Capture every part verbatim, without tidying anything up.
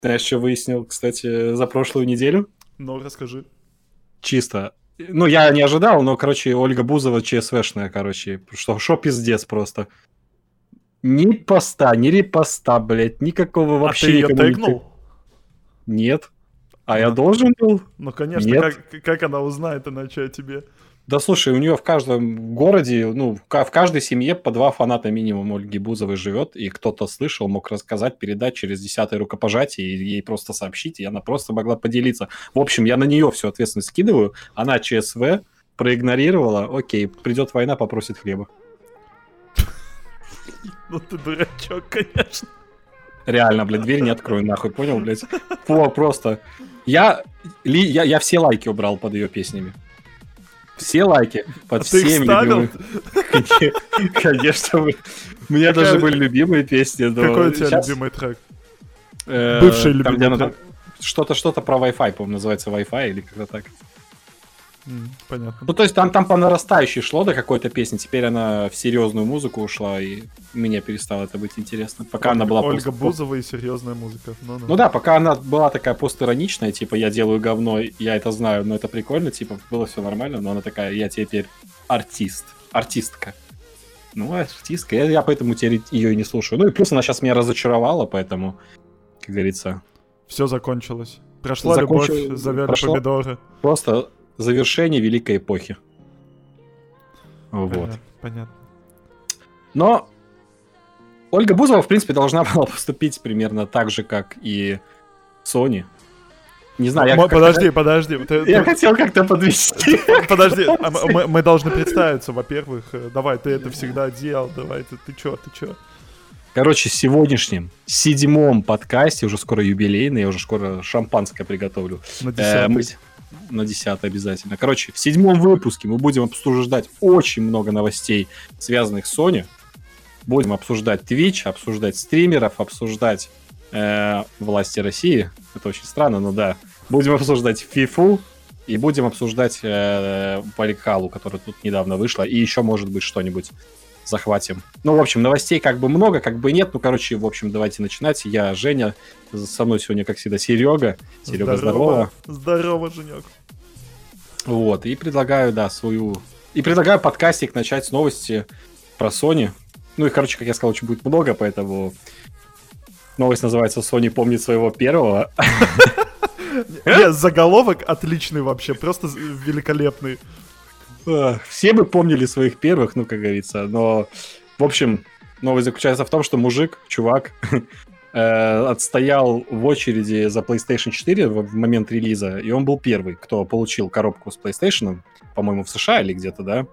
Знаешь, что выяснил, кстати, за прошлую неделю? Ну, расскажи. Чисто. Ну, я не ожидал, но, короче, Ольга Бузова ЧСВшная, короче. Что, шо пиздец просто. Ни поста, ни репоста, блядь, никакого вообще а ты ее никому не... тегнул? Нет. А Она... я должен был? Ну, конечно, Нет. как, как она узнает иначе о тебе? Да слушай, у нее в каждом городе, ну, в каждой семье по два фаната минимум Ольги Бузовой живет, и кто-то слышал, мог рассказать, передать через десятое рукопожатие, и ей просто сообщить, и она просто могла поделиться. В общем, я на нее всю ответственность скидываю, она ЧСВ проигнорировала, окей, придет война, попросит хлеба. Ну ты дурачок, конечно. Реально, блядь, дверь не открою, нахуй, понял, блядь? Фу, просто. Я, ли, я, я все лайки убрал под ее песнями. Все лайки под а всеми любимыми. Конечно, у меня даже были любимые песни. Какой у тебя любимый трек? Бывший любимый трек. Что-то, что-то про Wi-Fi, по-моему, называется Wi-Fi или как-то так. Mm, понятно. Ну, то есть там, там по нарастающей шло до какой-то песни, теперь она в серьезную музыку ушла, и мне перестало это быть интересно. Пока Ольга, она была... Ольга пост... Бузова и серьезная музыка. Ну-ну. Ну да, пока она была такая постироничная, типа, я делаю говно, я это знаю, но это прикольно, типа, было все нормально, но она такая, я теперь артист, артистка. Ну, артистка, я, я поэтому теперь ее и не слушаю. Ну и плюс она сейчас меня разочаровала, поэтому, как говорится... Все закончилось. Прошла Закончил... любовь, завяли Прошло... помидоры. Просто... завершение великой эпохи. Вот. Понятно, понятно. Но Ольга Бузова, в принципе, должна была поступить примерно так же, как и Sony. Не знаю, я... Подожди, подожди. Ты, я ты... хотел как-то подвести. Подожди, а мы, мы должны представиться, во-первых. Давай, ты это всегда делал, давай, ты, ты чё, ты чё? Короче, в сегодняшнем седьмом подкасте, уже скоро юбилейный, я уже скоро шампанское приготовлю. На десятый. Э, мы... На десятый обязательно. Короче, в седьмом выпуске мы будем обсуждать очень много новостей, связанных с Sony. Будем обсуждать Twitch, обсуждать стримеров, обсуждать э, власти России. Это очень странно, но да. Будем обсуждать FIFA и будем обсуждать э, Valhalla, которая тут недавно вышла. И еще, может быть, что-нибудь захватим. Ну, в общем, новостей как бы много, как бы нет. Ну, короче, в общем, давайте начинать. Я Женя. Со мной сегодня, как всегда, Серега. Серега, здорово. Здорово, Женек. Вот, и предлагаю, да, свою... И предлагаю подкастик начать с новости про Sony. Ну и, короче, как я сказал, очень будет много, поэтому... Новость называется «Sony помнит своего первого». Нет, заголовок отличный вообще, просто великолепный. Все бы помнили своих первых, ну, как говорится, но... В общем, новость заключается в том, что мужик, чувак... отстоял в очереди за PlayStation четыре в момент релиза, и он был первый, кто получил коробку с PlayStation, по-моему, в США или где-то, да.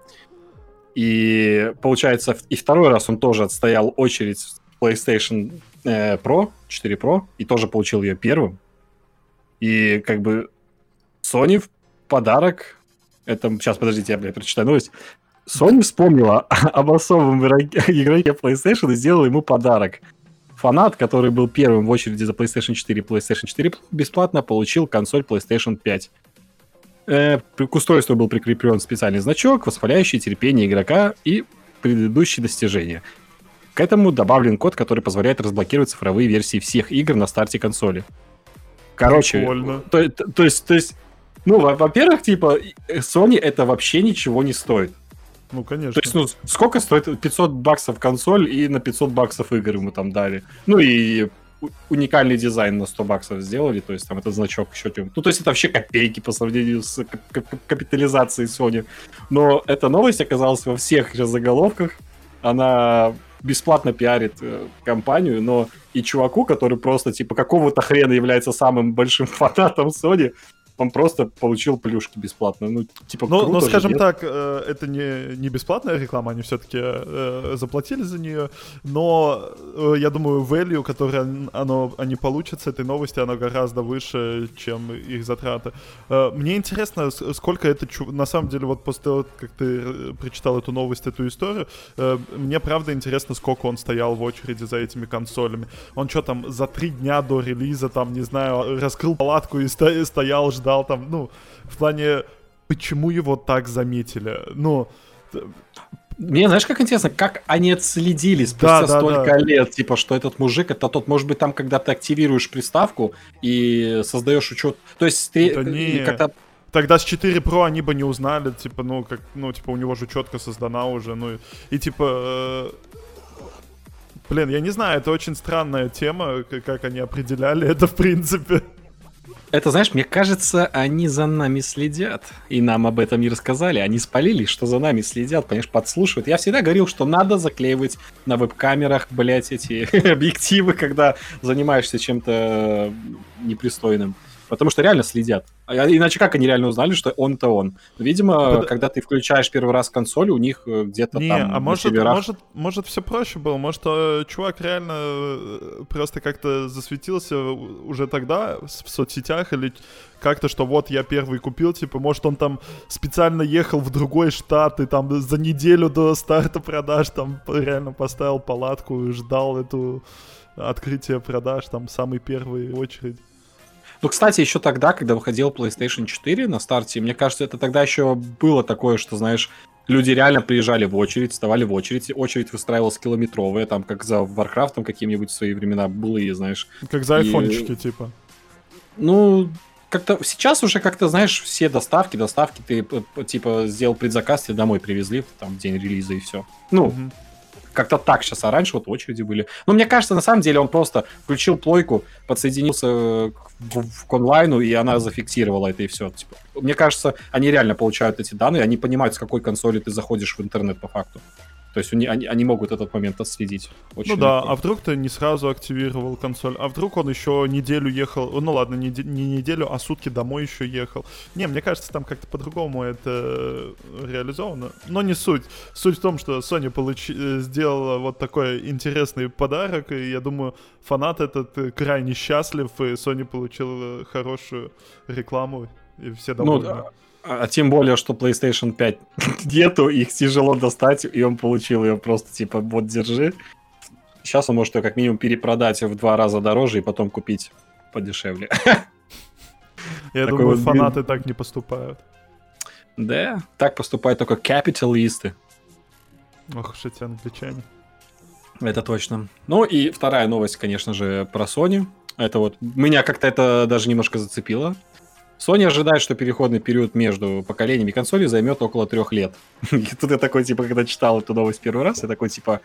И, получается, и второй раз он тоже отстоял очередь в PlayStation э, Pro, четыре Pro, и тоже получил ее первым. И, как бы, Sony в подарок... Это, сейчас, подождите, я, блядь, прочитаю новость. Sony вспомнила об особом игроке PlayStation и сделала ему подарок. Фанат, который был первым в очереди за PlayStation четыре и PlayStation четыре бесплатно, получил консоль PlayStation пять. Э, к устройству был прикреплен специальный значок, восхваляющий терпение игрока и предыдущие достижения. К этому добавлен код, который позволяет разблокировать цифровые версии всех игр на старте консоли. Короче, то, то, то есть, то есть, ну, во-первых, типа, Sony это вообще ничего не стоит. Ну, конечно. То есть, ну, сколько стоит пятьсот баксов консоль, и на пятьсот баксов игр ему там дали. Ну, и уникальный дизайн на сто баксов сделали, то есть, там, этот значок еще... Ну, то есть, это вообще копейки по сравнению с капитализацией Sony. Но эта новость оказалась во всех же заголовках. Она бесплатно пиарит э, компанию, но и чуваку, который просто, типа, какого-то хрена является самым большим фанатом Sony, он просто получил плюшки бесплатно. Ну, типа, ну, круто ну же, скажем нет? так, э, это не, не бесплатная реклама, они все-таки э, заплатили за нее, но э, я думаю, value, который оно, они получат с этой новости, оно гораздо выше, чем их затраты. Э, мне интересно, сколько это... Чу... На самом деле, вот после того, как ты прочитал эту новость, эту историю, э, мне правда интересно, сколько он стоял в очереди за этими консолями. Он что там, за три дня до релиза, там, не знаю, раскрыл палатку и сто... стоял, ждал там, ну, в плане, почему его так заметили? Ну, Мне, знаешь, как интересно, как они отследили спустя да, да, столько да. лет, типа, что этот мужик, это тот, может быть, там, когда ты активируешь приставку и создаешь учет, то есть ты Да не... как-то... Тогда с четыре Pro они бы не узнали, типа, ну, как, ну, типа, у него же четко создана уже, ну, и, и типа... Э... Блин, я не знаю, это очень странная тема, как они определяли это, в принципе. Это, знаешь, мне кажется, они за нами следят. И нам об этом не рассказали. Они спалили, что за нами следят, понимаешь, подслушивают. Я всегда говорил, что надо заклеивать на веб-камерах, блять, эти объективы, когда занимаешься чем-то непристойным. Потому что реально следят. А иначе как они реально узнали, что он-то он? Видимо, Под... когда ты включаешь первый раз консоль, у них где-то не, там а на может, серверах... может, может все проще было. Может, э, чувак реально просто как-то засветился уже тогда в соцсетях или как-то, что вот я первый купил, типа, может, он там специально ехал в другой штат и там за неделю до старта продаж там реально поставил палатку и ждал эту открытие продаж, там, самый первый очередь. Ну, кстати, еще тогда, когда выходил PlayStation четыре на старте, мне кажется, это тогда еще было такое, что, знаешь, люди реально приезжали в очередь, вставали в очередь, очередь выстраивалась километровая, там, как за Warcraft'ом каким-нибудь в свои времена былые, знаешь. Как за айфончики, и... типа. Ну, как-то сейчас уже как-то, знаешь, все доставки, доставки, ты, типа, сделал предзаказ, тебе домой привезли, там, в день релиза и все. Ну, mm-hmm. Как-то так сейчас, а раньше вот очереди были. Но мне кажется, на самом деле он просто включил плойку, подсоединился к, к онлайну, и она зафиксировала это, и все. Типа, мне кажется, они реально получают эти данные, они понимают, с какой консоли ты заходишь в интернет по факту. То есть они, они могут этот момент отследить. Очень ну да, легко. А вдруг ты не сразу активировал консоль, а вдруг он еще неделю ехал, ну ладно, не, не неделю, а сутки домой еще ехал. Не, мне кажется, там как-то по-другому это реализовано, но не суть. Суть в том, что Sony получи, сделала вот такой интересный подарок, и я думаю, фанат этот крайне счастлив, и Sony получил хорошую рекламу, и все довольны. Ну, А, а тем более, что PlayStation пять нету, их тяжело достать, и он получил ее просто типа, вот, держи. Сейчас он может ее как минимум перепродать в два раза дороже и потом купить подешевле. Я думаю, фанаты так не поступают. Да, так поступают только капиталисты. Ох уж эти англичане. Это точно. Ну и вторая новость, конечно же, про Sony. Это вот, меня как-то это даже немножко зацепило. Sony ожидает, что переходный период между поколениями консолей займет около трех лет. И тут я такой, типа, когда читал эту новость первый раз, я такой, типа,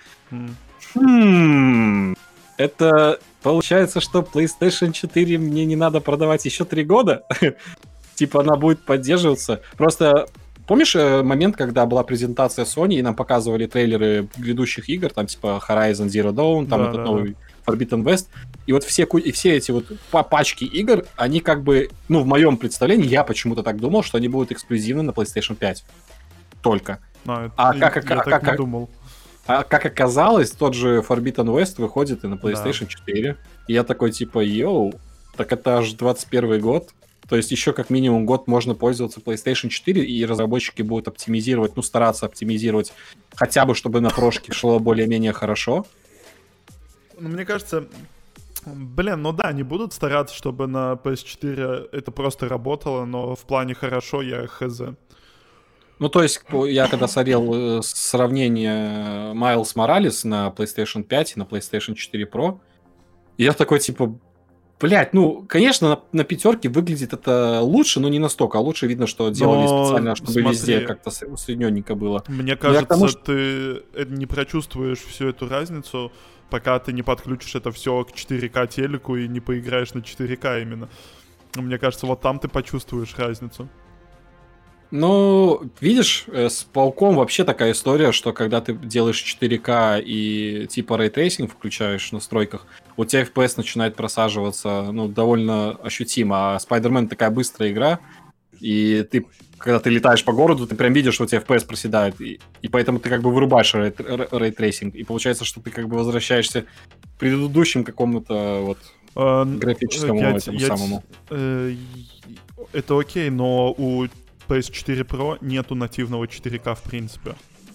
хм, это получается, что PlayStation четыре мне не надо продавать еще три года? Типа, она будет поддерживаться. Просто помнишь момент, когда была презентация Sony, и нам показывали трейлеры грядущих игр, там, типа, Horizon Zero Dawn, там, этот новый Forbidden West, и вот все, и все эти вот пачки игр, они как бы, ну, в моем представлении, я почему-то так думал, что они будут эксклюзивны на PlayStation пять. Только. А, а я, как, я а, так как, не думал. А как оказалось, тот же Forbidden West выходит и на PlayStation да. четыре. И я такой, типа, йоу, так это аж двадцать первый год. То есть еще как минимум год можно пользоваться PlayStation четыре, и разработчики будут оптимизировать, ну, стараться оптимизировать, хотя бы, чтобы на прошке шло более-менее хорошо. Ну, мне кажется, блин, ну да, они будут стараться, чтобы на пи эс четыре это просто работало, но в плане хорошо я хз. Ну, то есть, я когда смотрел сравнение Майлз Моралес на PlayStation пять и на PlayStation четыре Pro, я такой, типа, блять, ну, конечно, на, на пятерке выглядит это лучше, но не настолько. А лучше видно, что делали но специально, чтобы смотри, везде как-то усредненненько было. Мне кажется, тому, что... ты не прочувствуешь всю эту разницу, пока ты не подключишь это все к четыре ка телеку и не поиграешь на четыре ка именно. Мне кажется, вот там ты почувствуешь разницу. Ну, видишь, с Пауком вообще такая история, что когда ты делаешь четыре ка и типа рейтрейсинг включаешь в настройках, у тебя эф пи эс начинает просаживаться, ну, довольно ощутимо. А Spider-Man такая быстрая игра, и ты, когда ты летаешь по городу, ты прям видишь, что у тебя эф пи эс проседает, и, и поэтому ты как бы вырубаешь рейтрейсинг, и получается, что ты как бы возвращаешься к предыдущему какому-то вот а, графическому я, этому я, самому. Э, это окей, но у пи эс четыре Pro нету нативного четыре ка в принципе.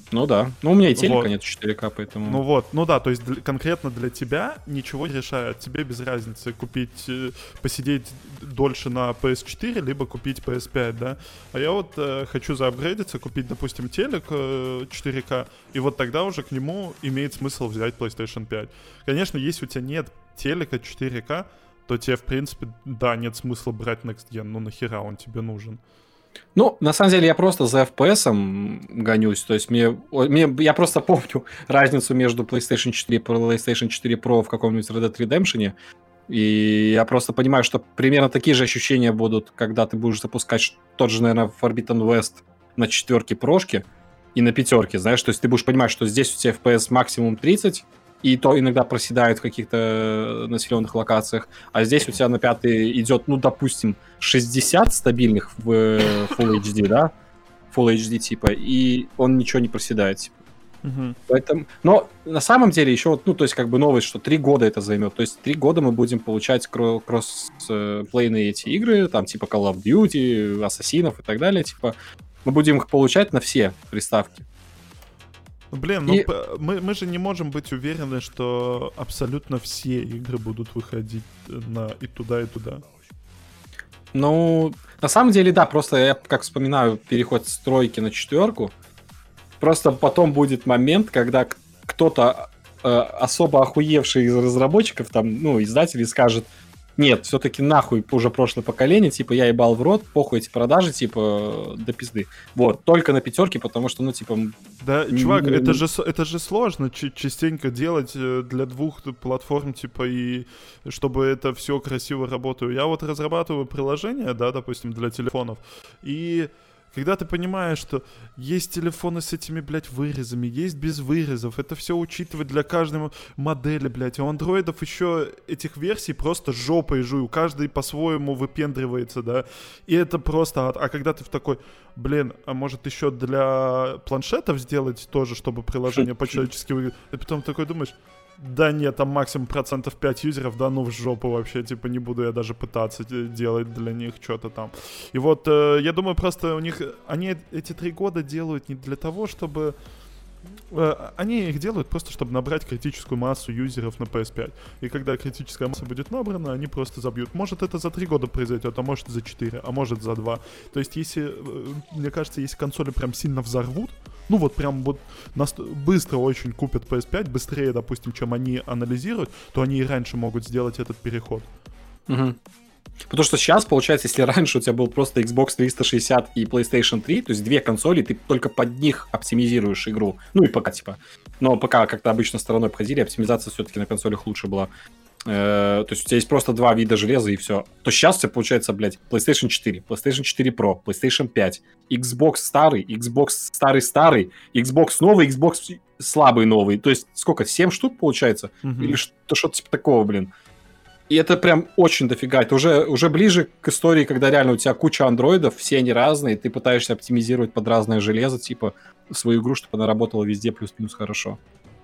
Ну да. Ну у меня и телека Вот. нет четыре ка, поэтому... Ну вот, ну да, то есть для, конкретно для тебя ничего не решает. Тебе без разницы купить, э, посидеть дольше на пи эс четыре, либо купить пи эс пять, да. А я вот э, хочу заапгрейдиться, купить, допустим, телек э, четыре ка, и вот тогда уже к нему имеет смысл взять PlayStation пять. Конечно, если у тебя нет телека четыре ка, то тебе, в принципе, да, нет смысла брать Next Gen, ну нахера он тебе нужен? Ну, на самом деле, я просто за эф пи эс гонюсь. То есть, мне, мне, я просто помню разницу между PlayStation четыре и PlayStation четыре Pro в каком-нибудь Red Dead Redemption. И я просто понимаю, что примерно такие же ощущения будут, когда ты будешь запускать тот же, наверное, Forbidden West на четверке прошки и на пятерке, знаешь. То есть, ты будешь понимать, что здесь у тебя эф пи эс максимум тридцать, и то иногда проседает в каких-то населенных локациях, а здесь у тебя на пятый идет, ну, допустим, шестьдесят стабильных в Full эйч ди, да? Full эйч ди типа, и он ничего не проседает, типа. Угу. Поэтому... Но на самом деле еще, ну, то есть как бы новость, что три года это займет. То есть три года мы будем получать кроссплейные эти игры, там типа Call of Duty, Ассасинов и так далее, типа. Мы будем их получать на все приставки. Блин, ну и... мы, мы же не можем быть уверены, что абсолютно все игры будут выходить на и туда, и туда. Ну, на самом деле, да, просто я как вспоминаю переход с тройки на четверку. Просто потом будет момент, когда кто-то э, особо охуевший из разработчиков, там, ну, издателей скажет: нет, все-таки нахуй уже прошлое поколение, типа, я ебал в рот, похуй эти продажи, типа, до пизды. Вот, только на пятерке, потому что, ну, типа... Да, м- чувак, м- это же, это же сложно ч- частенько делать для двух платформ, типа, и чтобы это все красиво работало. Я вот разрабатываю приложение, да, допустим, для телефонов, и... Когда ты понимаешь, что есть телефоны с этими, блядь, вырезами, есть без вырезов, это все учитывать для каждой модели, блядь. А у андроидов еще этих версий просто жопой жую, каждый по-своему выпендривается, да. И это просто ад. А когда ты в такой, блин, а может еще для планшетов сделать тоже, чтобы приложение по-человечески выглядит? И потом такой думаешь... Да нет, там максимум процентов пять юзеров, да ну в жопу вообще, типа не буду я даже пытаться делать для них что-то там. И вот э, я думаю просто у них, они эти три года делают не для того, чтобы... Э, они их делают просто, чтобы набрать критическую массу юзеров на пи эс пять. И когда критическая масса будет набрана, они просто забьют. Может это за три года произойдет, а может за четыре, а может за два. То есть если, э, мне кажется, если консоли прям сильно взорвут, ну вот прям вот наст- быстро очень купят пи эс пять, быстрее, допустим, чем они анализируют, то они и раньше могут сделать этот переход. Угу. Потому что сейчас, получается, если раньше у тебя был просто Xbox триста шестьдесят и PlayStation три, то есть две консоли, ты только под них оптимизируешь игру. Ну и ПК, типа. Но ПК как-то обычно стороной обходили, оптимизация все-таки на консолях лучше была. Э, то есть у тебя есть просто два вида железа и все. То сейчас у тебя получается, блядь, PlayStation четыре, PlayStation четыре Pro, PlayStation пять, Xbox старый, Xbox старый-старый, Xbox новый, Xbox слабый новый. То есть сколько, семь штук получается? Mm-hmm. Или что- что-то типа такого, блин. И это прям очень дофига. Это уже, уже ближе к истории, когда реально у тебя куча андроидов, все они разные, ты пытаешься оптимизировать под разное железо, типа, свою игру, чтобы она работала везде плюс-минус хорошо.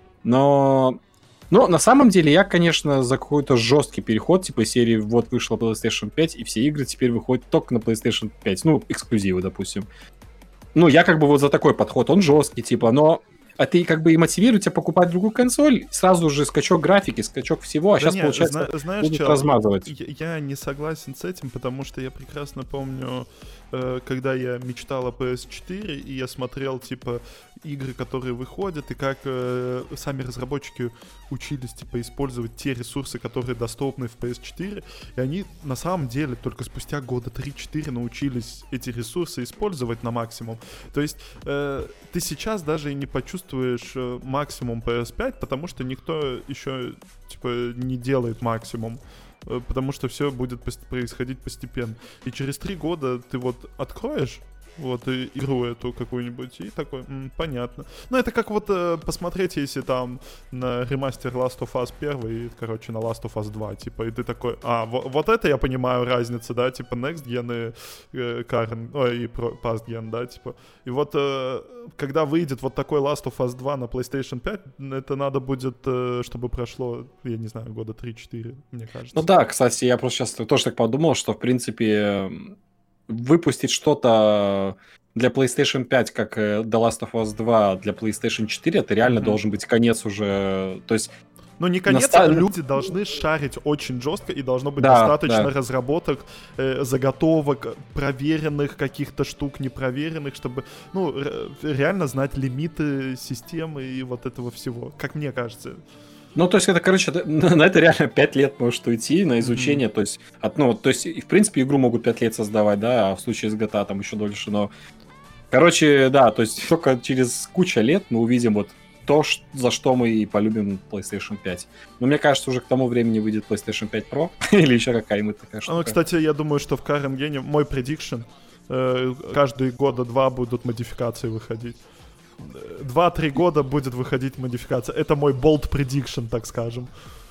Но... Но на самом деле я, конечно, за какой-то жесткий переход, типа серии вот вышла PlayStation пять, и все игры теперь выходят только на PlayStation пять. Ну, эксклюзивы, допустим. Ну, я как бы вот за такой подход. Он жесткий, типа, но... А ты как бы и мотивирует тебя покупать другую консоль, сразу же скачок графики, скачок всего, а да сейчас, нет, получается, зна- знаешь, будут чел, размазывать. Я, я не согласен с этим, потому что я прекрасно помню, э, когда я мечтал о пи эс четыре, и я смотрел, типа, игры, которые выходят, и как э, сами разработчики учились, типа, использовать те ресурсы, которые доступны в пи эс четыре, и они, на самом деле, только спустя года три-четыре научились эти ресурсы использовать на максимум. То есть, э, ты сейчас даже и не почувствуешь максимум пи эс пять, потому что никто еще типа не делает максимум, потому что все будет происходить постепенно. И через три года ты вот откроешь вот и игру эту какую-нибудь и такой, м, понятно. Ну это как вот э, посмотреть, если там на ремастер Last of Us один и, короче, на Last of Us два, типа, и ты такой, а, вот, вот это я понимаю разницу, да, типа Next Gen и э, Current, ой, и Past Gen, да, типа. И вот э, когда выйдет вот такой Last of Us два на PlayStation пять, это надо будет, э, чтобы прошло, я не знаю, года три-четыре, мне кажется. Ну да, кстати, я просто сейчас тоже так подумал, что, в принципе, выпустить что-то для PlayStation пять, как э, The Last of Us два для PlayStation четыре, это реально Мгм. должен быть конец уже. То есть, Ну, не конец, наста- а люди должны шарить очень жестко, и должно быть Да, достаточно да. разработок, э, заготовок, проверенных каких-то штук, непроверенных, чтобы, ну, ре- реально знать лимиты системы и вот этого всего, как мне кажется. Ну, то есть, это, короче, это- на это реально пять лет может уйти на Мгм. изучение. То есть, от, ну, то есть, и, в принципе, игру могут пять лет создавать, да, а в случае с джи ти эй там еще дольше. Но, короче, да, то есть, только через кучу лет мы увидим вот то, ш- за что мы и полюбим PlayStation пять. Но мне кажется, уже к тому времени выйдет PlayStation пять Pro или еще какая-нибудь такая Ну, штука. кстати, я думаю, что в Current Gen мой prediction, э, каждые года два будут модификации выходить. Э, Два-три года будет выходить модификация. Это мой bold prediction, так скажем.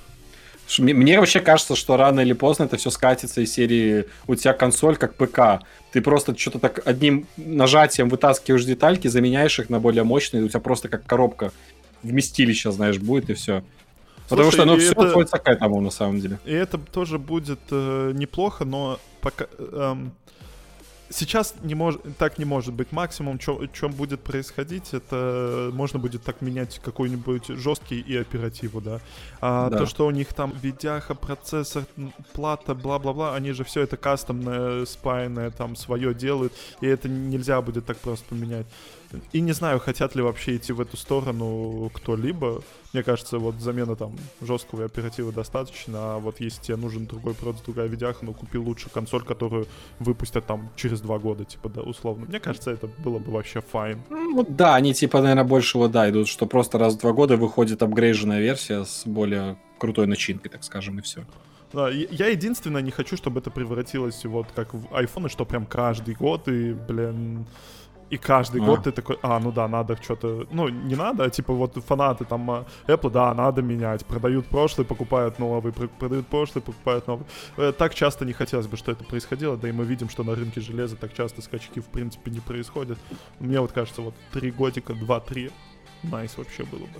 Ш- Мне, мне вообще кажется, что рано или поздно это все скатится из серии «У тебя консоль как ПК». Ты просто что-то так одним нажатием вытаскиваешь детальки, заменяешь их на более мощные, и у тебя просто как коробка вместилища, знаешь, будет, и все. Потому Слушай, что, ну, и все это- сводится к этому, на самом деле. И это тоже будет э, неплохо, но пока... эм, сейчас не мож... так не может быть. Максимум, чем будет происходить, это можно будет так менять какой-нибудь жесткий и оперативу, да. А Да. то, что у них там видяха, процессор, м, плата, бла-бла-бла, они же все это кастомное, спаянное, там, свое делают, и это нельзя будет так просто поменять. И не знаю, хотят ли вообще идти в эту сторону кто-либо. Мне кажется, вот замена там жесткого и оператива достаточно, а вот если тебе нужен другой продукт, другая видяха, ну купи лучше консоль, которую выпустят там через два года, типа, да, условно. Мне кажется, это было бы вообще файн. Ну, вот да, они типа, наверное, больше вот, да, идут, что просто раз в два года выходит апгрейженная версия с более крутой начинкой, так скажем, и все. Да, и- я единственное не хочу, чтобы это превратилось вот как в iPhone, что прям каждый год и, блин... И каждый А. год ты такой, а, ну да, надо что-то... Ну, не надо, а типа вот фанаты там а, Apple, да, надо менять. Продают прошлый, покупают новый, пр- продают прошлый, покупают новый. Э, Так часто не хотелось бы, что это происходило, да и мы видим, что на рынке железа так часто скачки в принципе не происходят. Мне вот кажется, вот три годика, два-три, найс вообще было бы.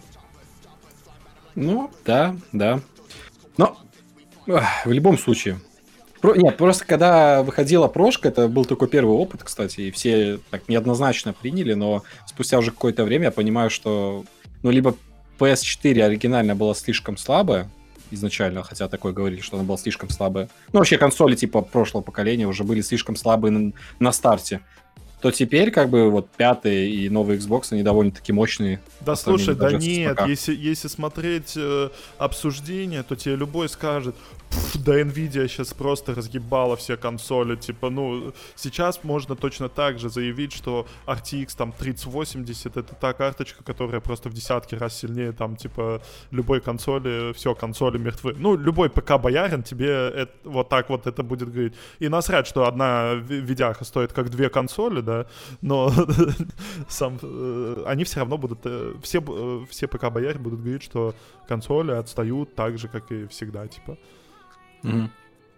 Ну, да, да. Но ах, в любом случае. Про- Нет, просто когда выходила прошка, это был такой первый опыт, кстати, и все так неоднозначно приняли, но спустя уже какое-то время я понимаю, что ну либо пи эс четыре оригинально была слишком слабая изначально, хотя такое говорили, что она была слишком слабая. Ну, вообще консоли типа прошлого поколения уже были слишком слабые на, на старте. То теперь, как бы, вот пятый и новый Xbox, они довольно-таки мощные. Да по сравнению слушай, да даже с нет, ПК. если, если смотреть э, обсуждение, то тебе любой скажет, «Пф, да Nvidia сейчас просто разъебала все консоли, типа, ну, сейчас можно точно так же заявить, что ар ти экс там тридцать восемьдесят это та карточка, которая просто в десятки раз сильнее, там, типа, любой консоли, все, консоли мертвы. Ну, любой ПК-боярин тебе это, вот так вот это будет говорить. И насрать, что одна ви- видяха стоит как две консоли, да, но сам, э, они все равно будут, э, все, б- э, все ПК-бояре будут говорить, что консоли отстают так же, как и всегда, типа. Мгм.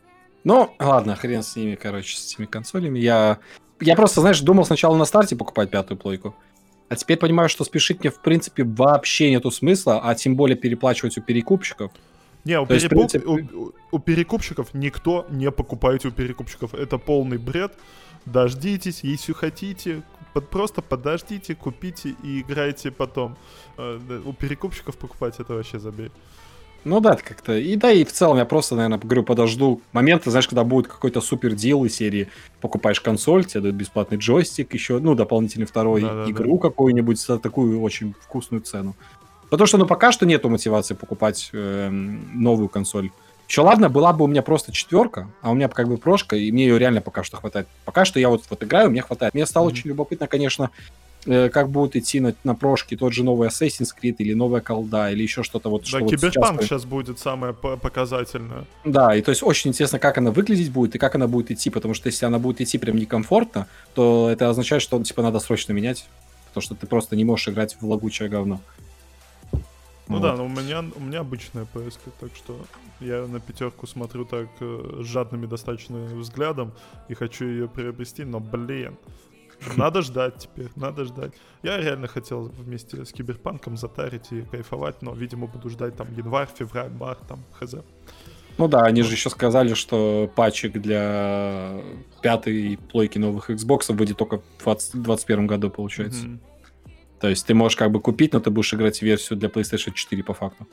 Ну, ладно, хрен с ними, короче, с этими консолями. Я, я просто, знаешь, думал сначала на старте покупать пятую плойку, а теперь понимаю, что спешить мне, в принципе, вообще нету смысла, а тем более переплачивать у перекупщиков. Не, у, То есть, в перепу- принципе- у- у- у перекупщиков никто не покупайте у перекупщиков. Это полный бред. Дождитесь, если хотите, под- просто подождите, купите и играйте потом. Э, да, У перекупщиков покупать это вообще забей. Ну да, это как-то... И да, и в целом я просто, наверное, говорю, подожду момента, знаешь, когда будет какой-то супер дел из серии покупаешь консоль, тебе дают бесплатный джойстик, еще, ну, дополнительный второй, Да-да-да. игру какую-нибудь за такую очень вкусную цену. Потому что, ну, пока что нету мотивации покупать эм, новую консоль. Еще ладно, была бы у меня просто четверка, а у меня как бы прошка, и мне ее реально пока что хватает. Пока что я вот, вот играю, мне хватает. Мне стало Мгм. очень любопытно, конечно, э, как будет идти на, на прошке тот же новый Assassin's Creed или новая колда, или еще что-то вот. Да, что вот Киберпанк сейчас... сейчас будет самое по- показательное. Да, и то есть очень интересно, как она выглядеть будет и как она будет идти, потому что если она будет идти прям некомфортно, то это означает, что типа надо срочно менять, потому что ты просто не можешь играть в лагучее говно. Ну Вот. да, но у меня, у меня обычная пи эс, так что я на пятерку смотрю так э, с жадными достаточно взглядом и хочу ее приобрести, но, блин, надо ждать теперь, надо ждать. Я реально хотел вместе с Киберпанком затарить и кайфовать, но, видимо, буду ждать там январь, февраль, март, там, хз. Ну да, они же еще сказали, что патчик для пятой плойки новых Xbox выйдет только в двадцать первом году, получается. Mm-hmm. То есть ты можешь как бы купить, но ты будешь играть в версию для PlayStation четыре по факту.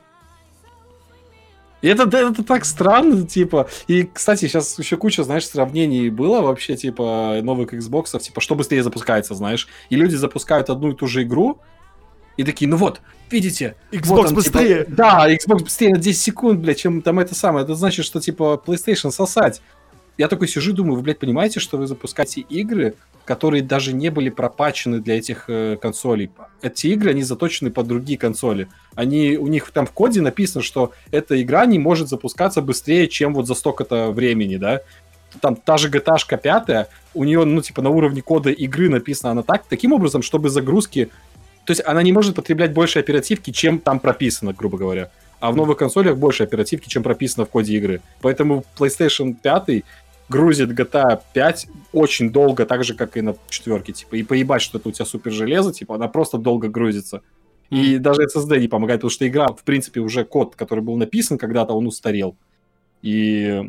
И это, это, это так странно, типа. И, кстати, сейчас еще куча, знаешь, сравнений было вообще, типа, новых Xbox'ов, типа, что быстрее запускается, знаешь. И люди запускают одну и ту же игру, и такие, ну вот, видите, Xbox вот он, быстрее. Типа, да, Xbox быстрее на десять секунд, блядь, чем там это самое. Это значит, что, типа, PlayStation сосать. Я такой сижу и думаю, вы, блядь, понимаете, что вы запускаете игры, которые даже не были пропатчены для этих э, консолей. Эти игры, они заточены под другие консоли. Они, у них там в коде написано, что эта игра не может запускаться быстрее, чем вот за столько-то времени, да. Там та же джи ти эй пять, у нее, ну, типа, на уровне кода игры написано она так, таким образом, чтобы загрузки... То есть она не может потреблять больше оперативки, чем там прописано, грубо говоря. А в новых консолях больше оперативки, чем прописано в коде игры. Поэтому PlayStation пять грузит джи ти эй пять очень долго, так же, как и на четверке, типа, и поебать, что это у тебя супер железо, типа, она просто долго грузится. И mm. даже эс эс ди не помогает, потому что игра, в принципе, уже код, который был написан когда-то, он устарел. И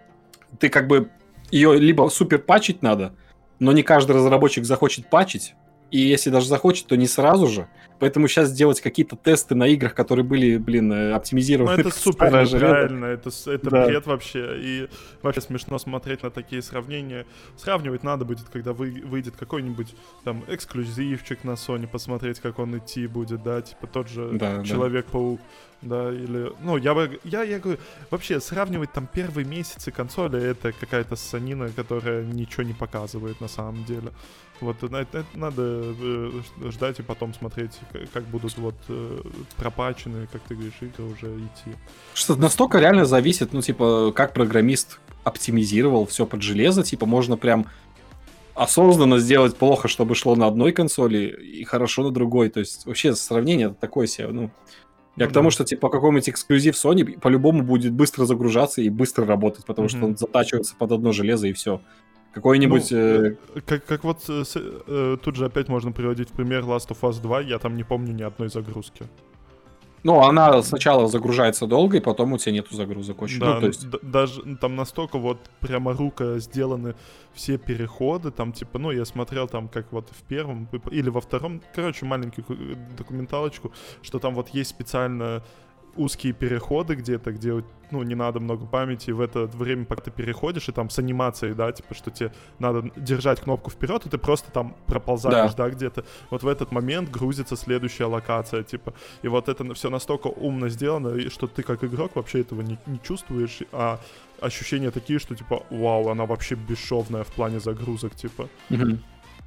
ты как бы ее либо супер патчить надо, но не каждый разработчик захочет патчить, и если даже захочет, то не сразу же. Поэтому сейчас делать какие-то тесты на играх, которые были, блин, оптимизированы. Ну, это супер неправильно, это, это да. бред вообще. И вообще смешно смотреть на такие сравнения. Сравнивать надо будет, когда вы, выйдет какой-нибудь там эксклюзивчик на Sony, посмотреть, как он идти будет, да, типа тот же да, Человек-паук. Да, или... Ну, я бы... Я, я говорю, вообще, сравнивать там первые месяцы консоли, это какая-то ссанина, которая ничего не показывает на самом деле. Вот, это, это надо э, ждать и потом смотреть, как будут вот э, пропаченные, как ты говоришь, игры уже идти. Что настолько реально зависит, ну, типа, как программист оптимизировал все под железо, типа, можно прям осознанно сделать плохо, чтобы шло на одной консоли, и хорошо на другой. То есть, вообще, сравнение такое себе, ну... Я ну, к тому, да. что типа какой-нибудь эксклюзив Sony по-любому будет быстро загружаться и быстро работать, потому mm-hmm. что он затачивается под одно железо и все. Какой-нибудь... Ну, э... как, как вот э, э, тут же опять можно приводить в пример Last of Us два, я там не помню ни одной загрузки. Ну, она сначала загружается долго, и потом у тебя нету загрузок очень. Да, ну, то есть... д- даже там настолько вот прямо рука сделаны все переходы, там типа, ну, я смотрел там как вот в первом или во втором, короче, маленькую документалочку, что там вот есть специально узкие переходы где-то, где, ну, не надо много памяти, и в это время, пока ты переходишь, и там с анимацией, да, типа, что тебе надо держать кнопку вперед, и ты просто там проползаешь, да, да где-то. Вот в этот момент грузится следующая локация, типа. И вот это все настолько умно сделано, что ты как игрок вообще этого не, не чувствуешь, а ощущения такие, что, типа, вау, она вообще бесшовная в плане загрузок, типа. Mm-hmm.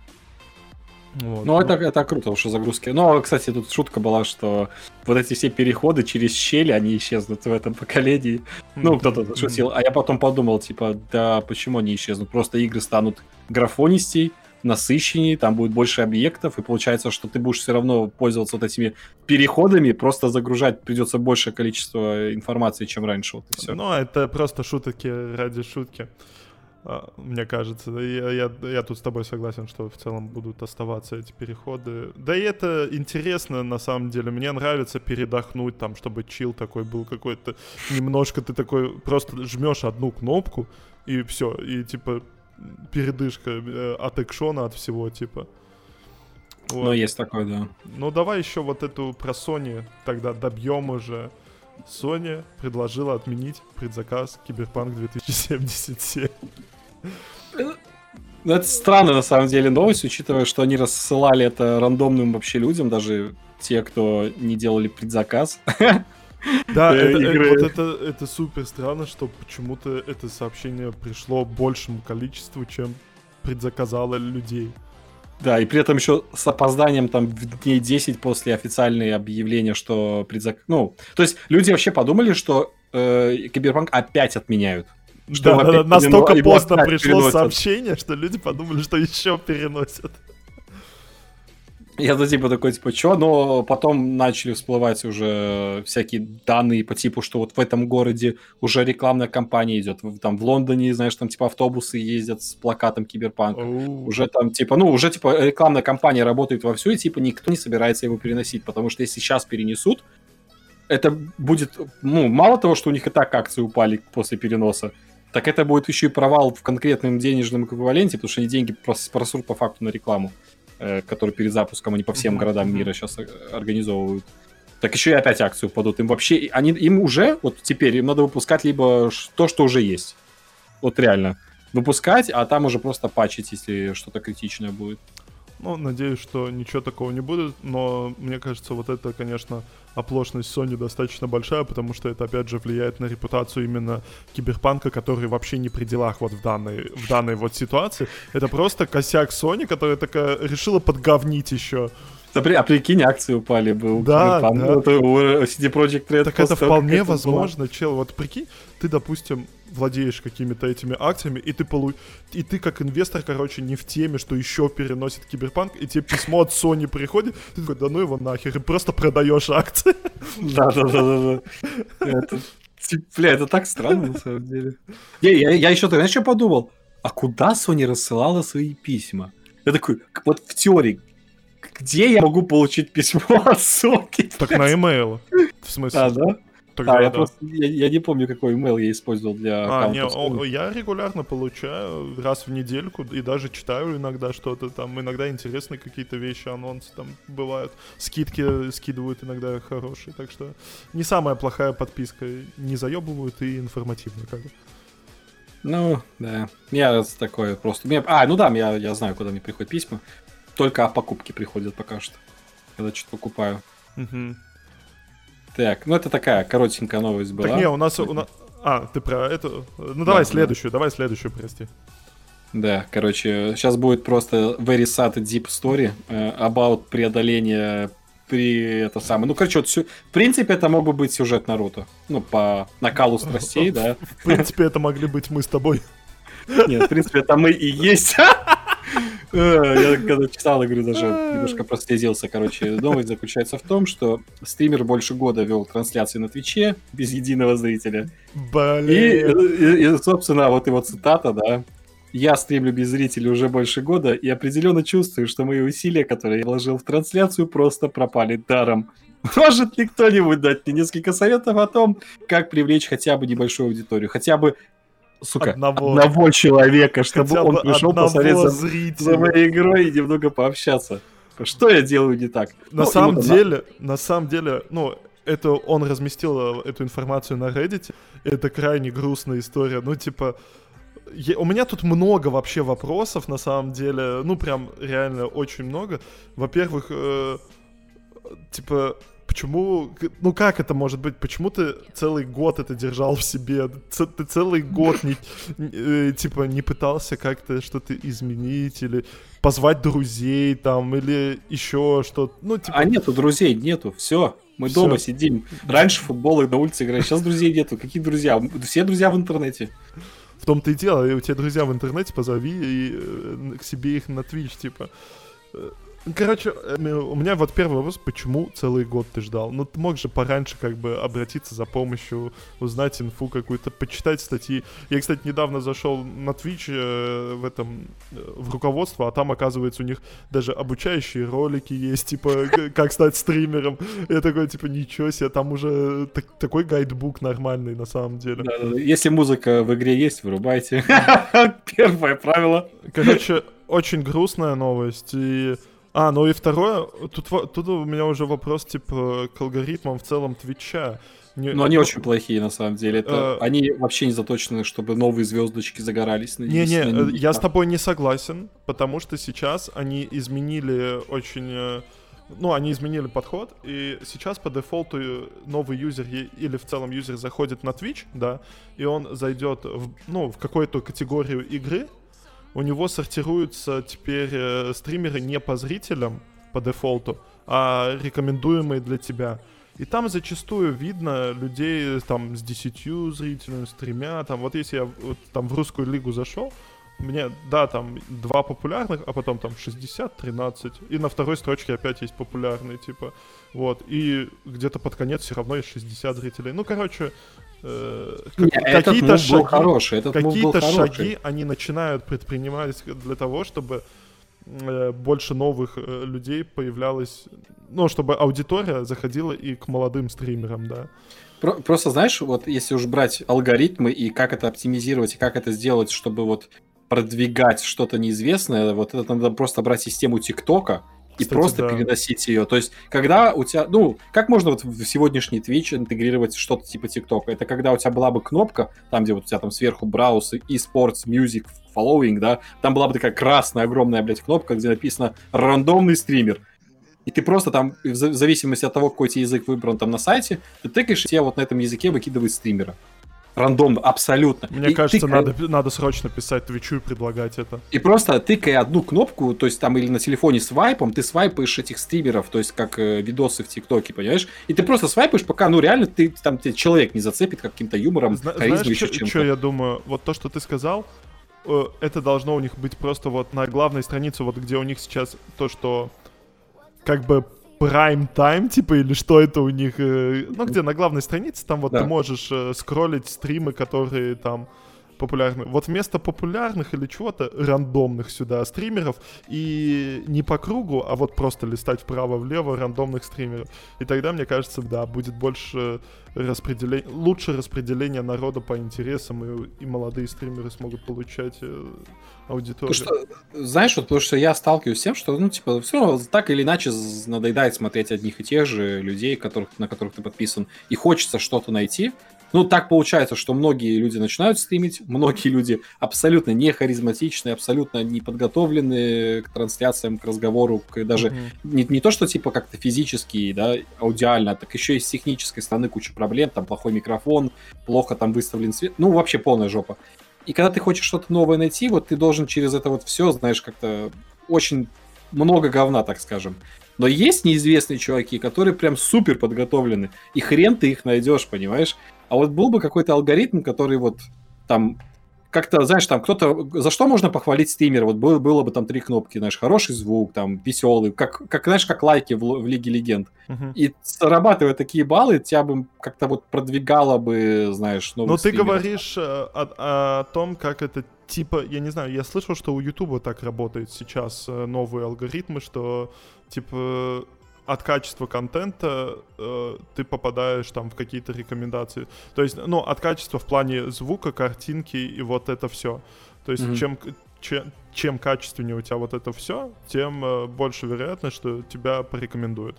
Вот. Ну, это, это круто, потому что загрузки. Но, кстати, тут шутка была, что вот эти все переходы через щели, они исчезнут в этом поколении. Mm-hmm. Ну, кто-то шутил. А я потом подумал, типа, да почему они исчезнут? Просто игры станут графонистей, насыщенней, там будет больше объектов, и получается, что ты будешь все равно пользоваться вот этими переходами, просто загружать придется большее количество информации, чем раньше. Вот и все. Ну, это просто шутки ради шутки. Мне кажется, я, я, я тут с тобой согласен, что в целом будут оставаться эти переходы. Да и это интересно, на самом деле. Мне нравится передохнуть, там, чтобы чил такой был какой-то. Немножко ты такой просто жмешь одну кнопку, и все. И, типа, передышка от экшона, от всего, типа. Вот. Ну, есть такое, да. Ну, давай еще вот эту про Sony тогда добьем уже. Sony предложила отменить предзаказ Cyberpunk две тысячи семьдесят семь. Ну, это странная, на самом деле, новость, учитывая, что они рассылали это рандомным вообще людям, даже те, кто не делали предзаказ. Да, это, это, вот это, это супер странно, что почему-то это сообщение пришло большему количеству, чем предзаказало людей. Да, и при этом еще с опозданием там в дней десять после официального объявления, что предзаказ... Ну, то есть люди вообще подумали, что э, Киберпанк опять отменяют. Что да, опять настолько перено... поздно пришло переносят. Сообщение, что люди подумали, что еще переносят. Я за типа такой, типа, чё? Но потом начали всплывать уже всякие данные по типу, что вот в этом городе уже рекламная кампания идет. Там в Лондоне, знаешь, там типа автобусы ездят с плакатом Киберпанка. Oh. Уже там типа, ну, уже типа рекламная кампания работает вовсю, и типа никто не собирается его переносить. Потому что если сейчас перенесут, это будет, ну, мало того, что у них и так акции упали после переноса, так это будет еще и провал в конкретном денежном эквиваленте, потому что они деньги просто просрут по факту на рекламу, э, которую перед запуском они по всем городам мира сейчас организовывают. Так еще и опять акции упадут. Им вообще, они, им уже, вот теперь им надо выпускать либо то, что уже есть. Вот реально. Выпускать, а там уже просто патчить, если что-то критичное будет. Ну, надеюсь, что ничего такого не будет, но мне кажется, вот это, конечно, оплошность Sony достаточно большая, потому что это, опять же, влияет на репутацию именно Киберпанка, который вообще не при делах вот в данной, в данной вот ситуации. Это просто косяк Sony, которая такая решила подговнить еще. А прикинь, акции упали бы. Да, да. У си ди Projekt Red. Так это вполне возможно, чел. Вот прикинь, ты, допустим, владеешь какими-то этими акциями, и ты полу... и ты как инвестор, короче, не в теме, что еще переносит Киберпанк, и тебе письмо от Sony приходит, ты такой, да ну его нахер, и просто продаешь акции. Да-да-да-да. Бля, это так странно, на самом деле. Я еще, ты знаешь, что подумал? А куда Sony рассылала свои письма? Я такой, вот в теории, где я могу получить письмо от Sony? Так на имейл. В смысле? А, да? Тогда, а, я да. просто я, я не помню, какой имейл я использовал для а, аккаунта. Не, о, я регулярно получаю раз в недельку и даже читаю иногда что-то там. Иногда интересные какие-то вещи, анонсы там бывают. Скидки скидывают иногда хорошие. Так что не самая плохая подписка. Не заебывают и информативно как бы. Ну, да. Я такое просто... Мне... А, ну да, я, я знаю, куда мне приходят письма. Только о покупке приходят пока что. Когда что-то покупаю. Угу. Так, ну это такая коротенькая новость была. Так не, у нас... У нас... А, ты про это... Ну давай да, следующую, да. давай следующую, прости. Да, короче, сейчас будет просто very sad deep story uh, about преодоление при это самое. Ну, короче, вот все... в принципе, это мог бы быть сюжет Наруто. Ну, по накалу страстей, да. В принципе, это могли быть мы с тобой. Нет, в принципе, это мы и есть. Я когда читал, я говорю, даже немножко прослезился. Короче, новость заключается в том, что стример больше года вел трансляции на Твиче без единого зрителя. Блин. И, и, и, собственно, вот его цитата, да. Я стримлю без зрителей уже больше года и определенно чувствую, что мои усилия, которые я вложил в трансляцию, просто пропали даром. Может ли кто-нибудь дать мне несколько советов о том, как привлечь хотя бы небольшую аудиторию? Хотя бы Сука, одного, одного человека, чтобы Хотя он пришел посмотреть за, за моей игрой и немного пообщаться. Что я делаю не так? На ну, самом деле, на... на самом деле, ну, это он разместил эту информацию на Reddit. Это крайне грустная история. Ну, типа, я, у меня тут много вообще вопросов, на самом деле. Ну, прям реально очень много. Во-первых, э, типа... Почему, ну как это может быть? Почему ты целый год это держал в себе? Ты целый год не, э, типа не пытался как-то что-то изменить или позвать друзей там или еще что-то? Ну типа. А нету друзей, нету. Все, мы Всё. дома сидим. Раньше в футбол и на улице играли. Сейчас друзей нету. Какие друзья? Все друзья в интернете. В том-то и дело. И у тебя друзья в интернете, позови и э, к себе их на Twitch, типа. Короче, у меня вот первый вопрос, почему целый год ты ждал? Ну, ты мог же пораньше как бы обратиться за помощью, узнать инфу какую-то, почитать статьи. Я, кстати, недавно зашел на Twitch э, в этом, э, в руководство, а там, оказывается, у них даже обучающие ролики есть, типа, как стать стримером. Я такой, типа, ничего себе, там уже так, такой гайдбук нормальный на самом деле. Да, если музыка в игре есть, вырубайте. Первое правило. Короче, очень грустная новость, и... А, ну и второе, тут, тут у меня уже вопрос, типа, к алгоритмам в целом Твича. Не, ну, они ну, очень плохие, на самом деле. Это, э, они вообще не заточены, чтобы новые звездочки загорались. Не-не, на я с тобой не согласен, потому что сейчас они изменили очень... Ну, они изменили подход, и сейчас по дефолту новый юзер или в целом юзер заходит на Twitch, да, и он зайдет в, ну, в какую-то категорию игры, у него сортируются теперь э, стримеры не по зрителям по дефолту, а рекомендуемые для тебя. И там зачастую видно людей там с десятью зрителями, с тремя. Там, вот если я вот, там в русскую лигу зашел, мне, да, там два популярных, а потом там шестьдесят, тринадцать. И на второй строчке опять есть популярные, типа. Вот. И где-то под конец все равно есть шестьдесят зрителей. Ну, короче... Э, Не, как, какие-то шаги, хороший, какие-то шаги они начинают предпринимать для того, чтобы э, больше новых э, людей появлялось, ну, чтобы аудитория заходила и к молодым стримерам, да. Про- просто, знаешь, вот если уж брать алгоритмы и как это оптимизировать, и как это сделать, чтобы вот продвигать что-то неизвестное, вот это надо просто брать систему ТикТока и Кстати, просто да. переносить ее. То есть, когда у тебя, ну, как можно вот в сегодняшний Twitch интегрировать что-то типа ТикТока? Это когда у тебя была бы кнопка, там, где вот у тебя там сверху Browse, eSports, Music, Following, да, там была бы такая красная огромная, блядь, кнопка, где написано «Рандомный стример». И ты просто там, в за- в зависимости от того, какой тебе язык выбран там на сайте, ты тыкаешь, и тебе вот на этом языке выкидывает стримера. Рандомно, абсолютно. Мне И кажется, тыкая- надо, надо срочно писать Твичу и предлагать это. И просто тыкая одну кнопку, то есть там или на телефоне свайпом, ты свайпаешь этих стримеров, то есть как э, видосы в ТикТоке, понимаешь? И ты просто свайпаешь, пока, ну, реально, ты там тебе человек не зацепит каким-то юмором, Зна- харизмой, Знаешь, еще чё- чем-то. чё я думаю? Вот то, что ты сказал, э, это должно у них быть просто вот на главной странице, вот где у них сейчас то, что как бы prime time, типа, или что это у них, э, ну, где на главной странице, там вот Да. ты можешь э, скроллить стримы, которые там популярны. Вот вместо популярных или чего-то рандомных сюда стримеров, и не по кругу, а вот просто листать вправо-влево рандомных стримеров. И тогда, мне кажется, да, будет больше распределение, лучше распределение народа по интересам, и, и молодые стримеры смогут получать э, аудиторию. Потому что, знаешь, вот потому что я сталкиваюсь с тем, что, ну, типа, все равно так или иначе з- надоедает смотреть одних и тех же людей, которых, на которых ты подписан, и хочется что-то найти. Ну, так получается, что многие люди начинают стримить, многие люди абсолютно не харизматичные, абсолютно не подготовленные к трансляциям, к разговору, к даже Мгм. не, не то, что типа как-то физически, да, аудиально, так еще и с технической стороны куча проблем, там плохой микрофон, плохо там выставлен свет, ну, вообще полная жопа. И когда ты хочешь что-то новое найти, вот ты должен через это вот все, знаешь, как-то очень много говна, так скажем. Но есть неизвестные чуваки, которые прям супер подготовлены, и хрен ты их найдешь, понимаешь? А вот был бы какой-то алгоритм, который вот там как-то, знаешь, там кто-то... За что можно похвалить стримера? Вот было, было бы там три кнопки, знаешь, хороший звук, там, веселый, как, как знаешь, как лайки в, в Лиге Легенд. Мгм. И зарабатывая такие баллы, тебя бы как-то вот продвигало бы, знаешь, новых Ну, ты стримеров. говоришь э, о, о том, как это типа, я не знаю, я слышал, что у Ютуба так работает сейчас э, новые алгоритмы, что типа от качества контента э, ты попадаешь там в какие-то рекомендации. То есть, ну, от качества в плане звука, картинки и вот это все. То есть, Мгм. чем, чем, чем качественнее у тебя вот это все, тем э, больше вероятность, что тебя порекомендуют.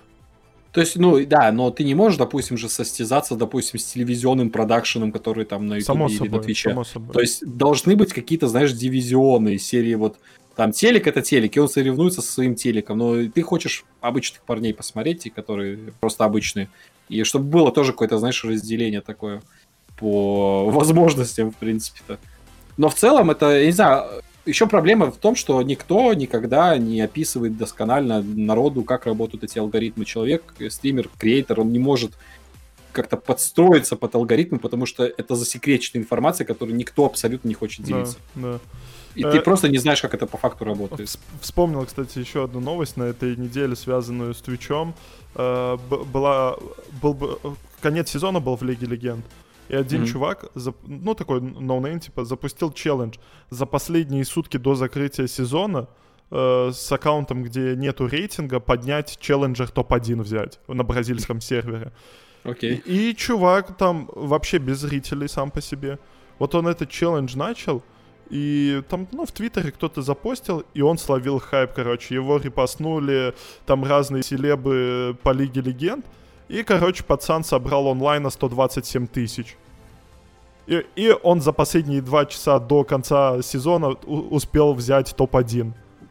То есть, ну, да, но ты не можешь, допустим, же состязаться, допустим, с телевизионным продакшеном, который там на Само Ютубе или на собой, Твиче. само собой. То есть должны быть какие-то, знаешь, дивизионы из серии вот там телек — это телек, и он соревнуется со своим телеком, но ты хочешь обычных парней посмотреть, и которые просто обычные, и чтобы было тоже какое-то, знаешь, разделение такое по возможностям, в принципе-то. Но в целом это, я не знаю, еще проблема в том, что никто никогда не описывает досконально народу, как работают эти алгоритмы. Человек, стример, креатор, он не может как-то подстроиться под алгоритмы, потому что это засекреченная информация, которой никто абсолютно не хочет делиться. Да, да. И Э, ты просто не знаешь, как это по факту работает. Вс- Вспомнил, кстати, еще одну новость на этой неделе, связанную с Твичом. Э, б- была, был бы, конец сезона был в Лиге Легенд. И один Мгм. чувак, зап- ну такой ноунейм, типа, запустил челлендж за последние сутки до закрытия сезона э, с аккаунтом, где нету рейтинга, поднять челленджер топ один взять на бразильском сервере. Окей. И, и чувак там вообще без зрителей сам по себе. Вот он этот челлендж начал, и там, ну, в Твиттере кто-то запостил, и он словил хайп, короче. Его репостнули там разные селебы по Лиге Легенд. И, короче, пацан собрал онлайна сто двадцать семь тысяч. И, и он за последние два часа до конца сезона у- успел взять топ один.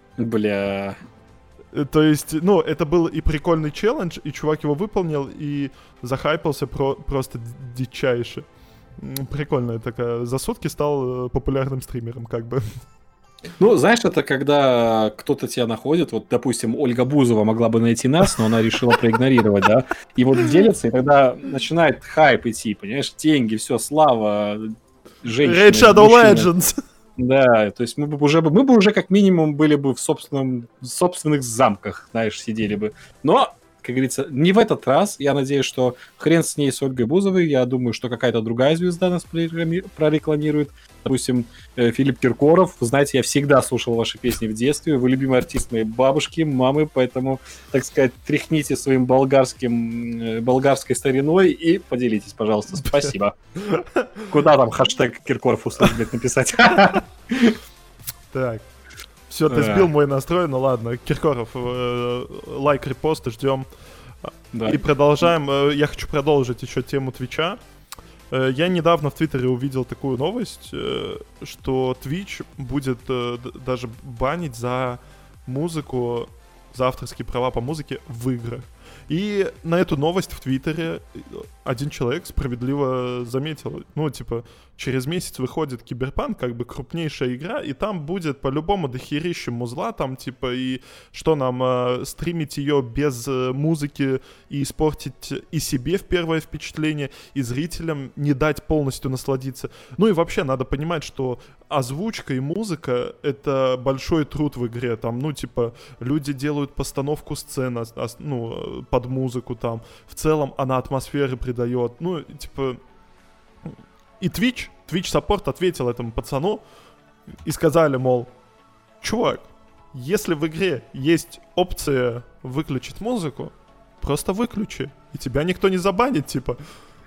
Бля. Э, То есть, ну, это был и прикольный челлендж, и чувак его выполнил, и захайпался про- просто д- дичайше. М, Прикольная такая. За сутки стал э, популярным стримером, как бы. Ну, знаешь, это когда кто-то тебя находит, вот, допустим, Ольга Бузова могла бы найти нас, но она решила проигнорировать, да, и вот делится, и тогда начинает хайп идти, понимаешь, деньги, все, слава, женщины, Raid Shadow мужчины. Legends! Да, то есть мы бы уже, бы- мы бы уже как минимум были бы в собственном, в собственных замках, знаешь, сидели бы. Но как говорится, не в этот раз. Я надеюсь, что хрен с ней, с Ольгой Бузовой. Я думаю, что какая-то другая звезда нас прорекламирует. Допустим, Филипп Киркоров. Знаете, я всегда слушал ваши песни в детстве. Вы любимый артист моей бабушки, мамы, поэтому, так сказать, тряхните своим болгарским, болгарской стариной и поделитесь, пожалуйста. Спасибо. Куда там хэштег Киркоров услышать написать? Так. Все, ты сбил мой настрой, ну ладно. Киркоров, э, лайк, репост, ждем. Да. И продолжаем. Я хочу продолжить еще тему Твича. Я недавно в Твиттере увидел такую новость, что Twitch будет даже банить за музыку, за авторские права по музыке в играх. И на эту новость в Твиттере один человек справедливо заметил, ну, типа, через месяц выходит Киберпанк, как бы крупнейшая игра, и там будет по-любому дохерища музла, там, типа, и что нам, э, стримить ее без э, музыки и испортить и себе в первое впечатление, и зрителям не дать полностью насладиться. Ну и вообще надо понимать, что озвучка и музыка — это большой труд в игре, там, ну, типа, люди делают постановку сцены, ну, под музыку, там, в целом она атмосферы придает, ну, типа... И Twitch, Twitch Support ответил этому пацану и сказали, мол, чувак, если в игре есть опция выключить музыку, просто выключи, и тебя никто не забанит, типа.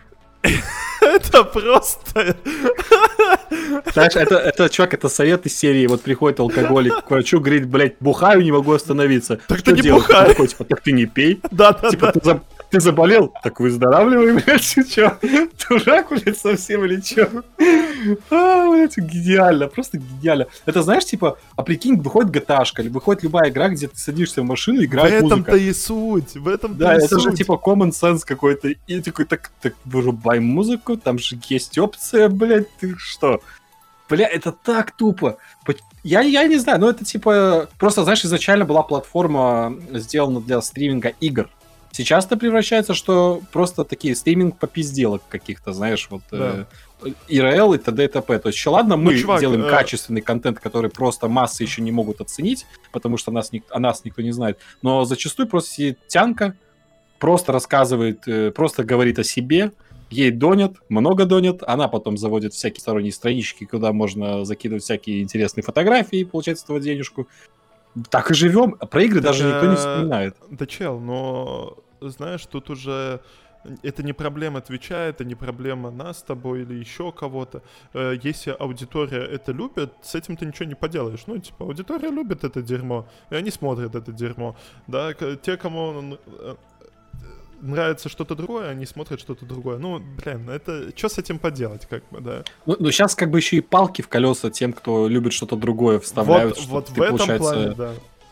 Это просто... Знаешь, это, это, чувак, это совет из серии, вот приходит алкоголик к врачу, говорит, блядь, бухаю, не могу остановиться. Так ты не бухай. Такой, типа, так ты не пей. Да-да-да. Типа, ты, за... ты заболел? Так выздоравливай, блядь, ты чё? Дурак, блядь, совсем или чё? А, блядь, гениально, просто гениально. Это, знаешь, типа, а прикинь, выходит джи ти эй-шка, или выходит любая игра, где ты садишься в машину и играет музыка. В этом-то и суть, в этом-то да, и это суть. же, типа, common sense какой-то. И такой, так, так, вырубай музыку, там же есть опция, блядь, ты что? Бля, это так тупо. Я, я не знаю, но это типа... Просто, знаешь, изначально была платформа сделана для стриминга игр. Сейчас это превращается, что просто такие стриминг по пизделок каких-то, знаешь, вот... Да. Э, ай ар эл и т.д. и т.п. То есть, еще ладно, мы ну, чувак, делаем э... качественный контент, который просто массы еще не могут оценить, потому что нас, о нас никто не знает. Но зачастую просто сидит тянка, просто рассказывает, э, просто говорит о себе, ей донят, много донят, она потом заводит всякие сторонние странички, куда можно закидывать всякие интересные фотографии и получать с этого денежку. Так и живем, про игры так, даже никто не вспоминает. Да, чел, но знаешь, тут уже это не проблема Твича, это не проблема нас с тобой или еще кого-то. Если аудитория это любит, с этим ты ничего не поделаешь. Ну, типа, аудитория любит это дерьмо, и они смотрят это дерьмо. Да, те, кому нравится что-то другое, они смотрят что-то другое. Ну, блин, это... Что с этим поделать, как бы, да? Ну, ну, сейчас как бы еще и палки в колеса тем, кто любит что-то другое, вставляют. Вот, вот в этом получается... плане, да.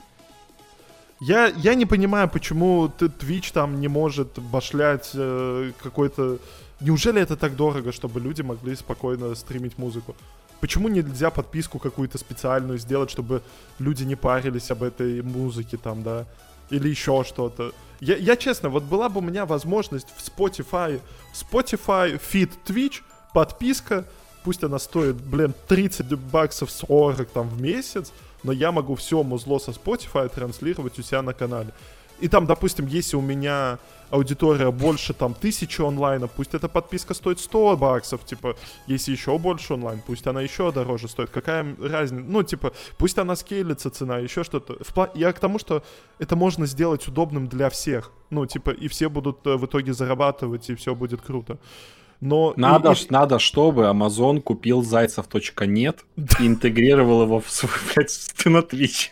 Я, я не понимаю, почему ты, Twitch там не может башлять э, какой-то... Неужели это так дорого, чтобы люди могли спокойно стримить музыку? Почему нельзя подписку какую-то специальную сделать, чтобы люди не парились об этой музыке там, да? Или еще что-то. Я, я честно, вот была бы у меня возможность в Spotify, Spotify, feed Twitch, подписка, пусть она стоит, блин, тридцать баксов, сорок там в месяц, но я могу все музло со Spotify транслировать у себя на канале. И там, допустим, если у меня аудитория больше там тысячи онлайна, пусть эта подписка стоит сто баксов, типа, если еще больше онлайн, пусть она еще дороже стоит, какая разница, ну, типа, пусть она скейлится цена, еще что-то. Я к тому, что это можно сделать удобным для всех, ну, типа, и все будут в итоге зарабатывать, и все будет круто. Но надо, и, надо, чтобы Amazon купил зайцев точка нет и интегрировал его в свой, блядь, на Twitch.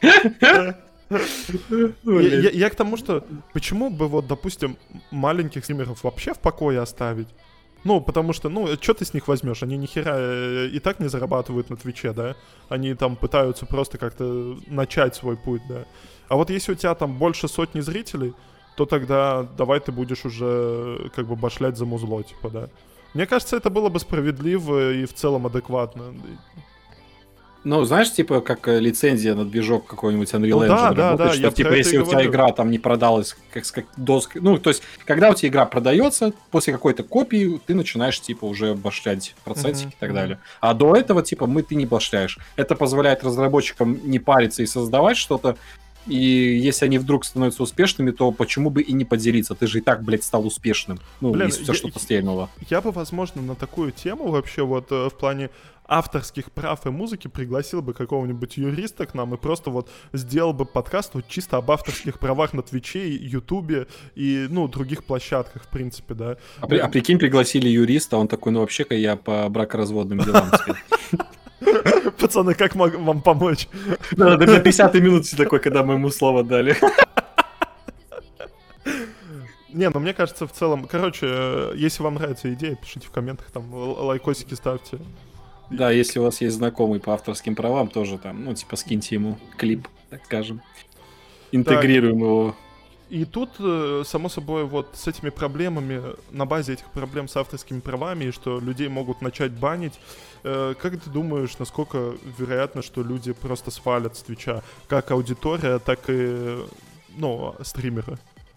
Я, я, я к тому, что почему бы вот, допустим, маленьких стримеров вообще в покое оставить? Ну, потому что, ну, что ты с них возьмешь? Они нихера и так не зарабатывают на Твиче, да? Они там пытаются просто как-то начать свой путь, да? А вот если у тебя там больше сотни зрителей, то тогда давай ты будешь уже как бы башлять за музло, типа, да? Мне кажется, это было бы справедливо и в целом адекватно. Ну, знаешь, типа, как лицензия на движок какой-нибудь Unreal ну, Engine да, работает, да, да, что, типа, если у тебя говорю. игра там не продалась, как сказать, доска... Ну, то есть, когда у тебя игра продается, после какой-то копии ты начинаешь, типа, уже башлять процентики uh-huh, и так uh-huh. далее. А до этого, типа, мы ты не башляешь. Это позволяет разработчикам не париться и создавать что-то, И если они вдруг становятся успешными, то почему бы и не поделиться? Ты же и так, блядь, стал успешным. Ну, Блин, если у тебя я, что-то стрельнуло. Я бы, возможно, на такую тему вообще вот э, в плане авторских прав и музыки пригласил бы какого-нибудь юриста к нам и просто вот сделал бы подкаст вот чисто об авторских правах на Твиче, Ютубе и, ну, других площадках, в принципе, да. А, при, а прикинь, пригласили юриста, он такой, ну, вообще-ка я по бракоразводным делам. Пацаны, как вам помочь? Да, на пятидесятой минуте такой, когда мы ему слово дали. Не, ну мне кажется, в целом... Короче, если вам нравится идея, пишите в комментах, там, лайкосики ставьте. Да, если у вас есть знакомый по авторским правам, тоже там, ну, типа, скиньте ему клип, так скажем. Интегрируем так. его. И тут, само собой, вот с этими проблемами, на базе этих проблем с авторскими правами, и что людей могут начать банить, э, как ты думаешь, насколько вероятно, что люди просто свалят с Твича? Как аудитория, так и, ну, стримеры.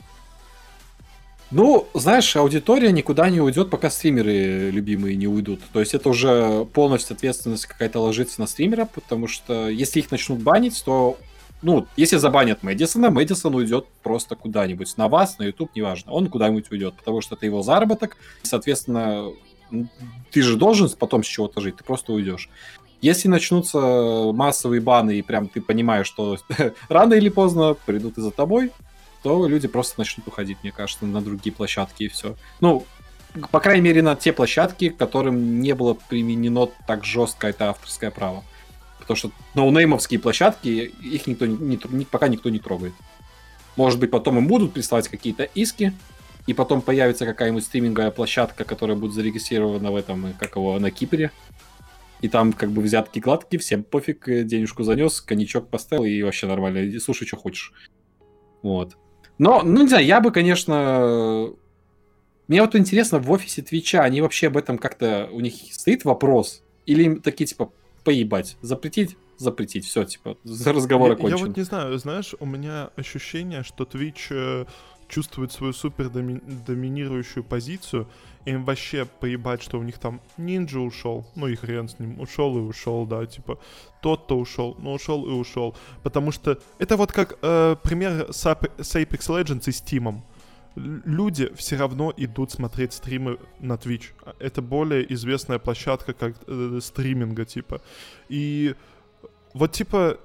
Ну, знаешь, аудитория никуда не уйдет, пока стримеры любимые не уйдут. То есть это уже полностью ответственность какая-то ложится на стримера, потому что если их начнут банить, то... Ну, если забанят Мэдисона, Мэдисон уйдет просто куда-нибудь. На вас, на YouTube, неважно. Он куда-нибудь уйдет, потому что это его заработок. И, соответственно, ты же должен потом с чего-то жить, ты просто уйдешь. Если начнутся массовые баны, и прям ты понимаешь, что рано или поздно придут и за тобой, то люди просто начнут уходить, мне кажется, на другие площадки и все. Ну, по крайней мере, на те площадки, которым не было применено так жестко это авторское право. Потому что ноунеймовские площадки, их никто не, не, пока никто не трогает. Может быть, потом им будут присылать какие-то иски, и потом появится какая-нибудь стриминговая площадка, которая будет зарегистрирована в этом, как его, на Кипре. И там как бы взятки гладкие, всем пофиг, денежку занес, коньячок поставил, и вообще нормально, слушай, что хочешь. Вот. Но, ну не знаю, я бы, конечно... Мне вот интересно, в офисе Твича, они вообще об этом как-то... У них стоит вопрос? Или им такие, типа... Поебать. Запретить? Запретить. Все, типа, за разговор окончен. Я, я вот не знаю, знаешь, у меня ощущение, что Twitch э, чувствует свою супер доми- доминирующую позицию, и им вообще поебать, что у них там Ninja ушел, ну и хрен с ним, ушел и ушел, да, типа, тот-то ушел, ну ушел и ушел. Потому что это вот как э, пример с, Ap- с Apex Legends и Steam'ом. Люди все равно идут смотреть стримы на Twitch. Это более известная площадка как э, стриминга, типа. И вот, типа,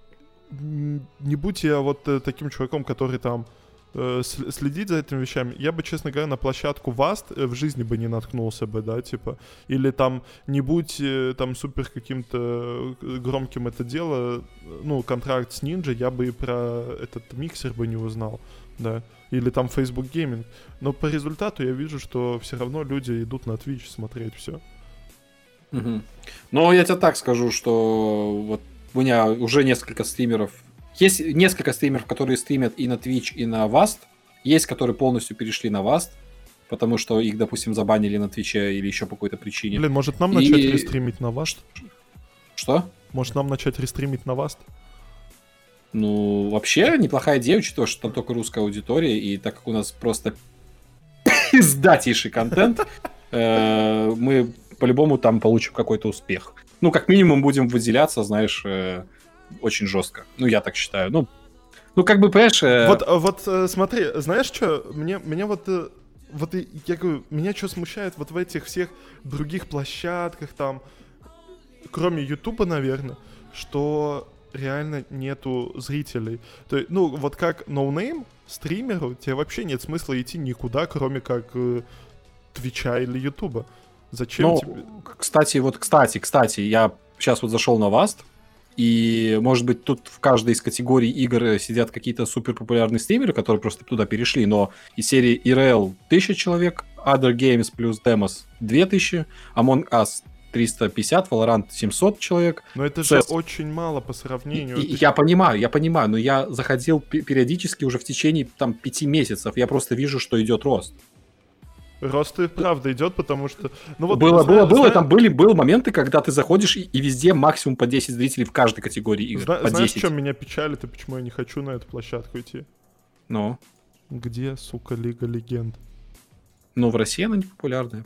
не будь я вот э, таким чуваком, который там э, следит за этими вещами, я бы, честно говоря, на площадку Vast э, в жизни бы не наткнулся бы, да, типа. Или там, не будь э, там супер каким-то громким это дело, ну, контракт с Ninja, я бы и про этот миксер бы не узнал, да. Или там Facebook Gaming. Но по результату я вижу, что все равно люди идут на Twitch смотреть все. Угу. Ну, я тебе так скажу, что вот у меня уже несколько стримеров... Есть несколько стримеров, которые стримят и на Twitch, и на Vast. Есть, которые полностью перешли на Vast, потому что их, допустим, забанили на Твиче или еще по какой-то причине. Блин, может нам начать и... рестримить на Vast? Что? Может нам начать рестримить на Vast? Ну, вообще, неплохая идея, учитывая, что там только русская аудитория, и так как у нас просто пиздатейший контент, мы по-любому там получим какой-то успех. Ну, как минимум, будем выделяться, знаешь, очень жестко. Ну, я так считаю. Ну, ну как бы, понимаешь... Вот, вот смотри, знаешь что, мне, меня вот... Вот я говорю, меня что смущает вот в этих всех других площадках, там, кроме Ютуба, наверное, что... реально нету зрителей. То есть, ну, вот как ноунейм, стримеру, тебе вообще нет смысла идти никуда, кроме как э, Твича или Ютуба. Зачем ну, тебе? Кстати, вот, кстати, кстати, я сейчас вот зашел на Vast, и, может быть, тут в каждой из категорий игр сидят какие-то супер популярные стримеры, которые просто туда перешли, но из серии и эр эл тысяча человек, Other Games плюс Demos две тысячи, Among Us триста пятьдесят, Valorant семьсот человек. Но это же Цес... очень мало по сравнению. И, и, я понимаю, я понимаю, но я заходил периодически уже в течение там пяти месяцев, я просто вижу, что идет рост. Рост и правда идет, потому что... Ну, вот, было, знаешь, было, было, знаешь... там были, были моменты, когда ты заходишь и, и везде максимум по десять зрителей в каждой категории игр. Зна- по знаешь, десять. что меня печалит и почему я не хочу на эту площадку идти? Ну? Где, сука, Лига Легенд? Ну, в России она не популярная.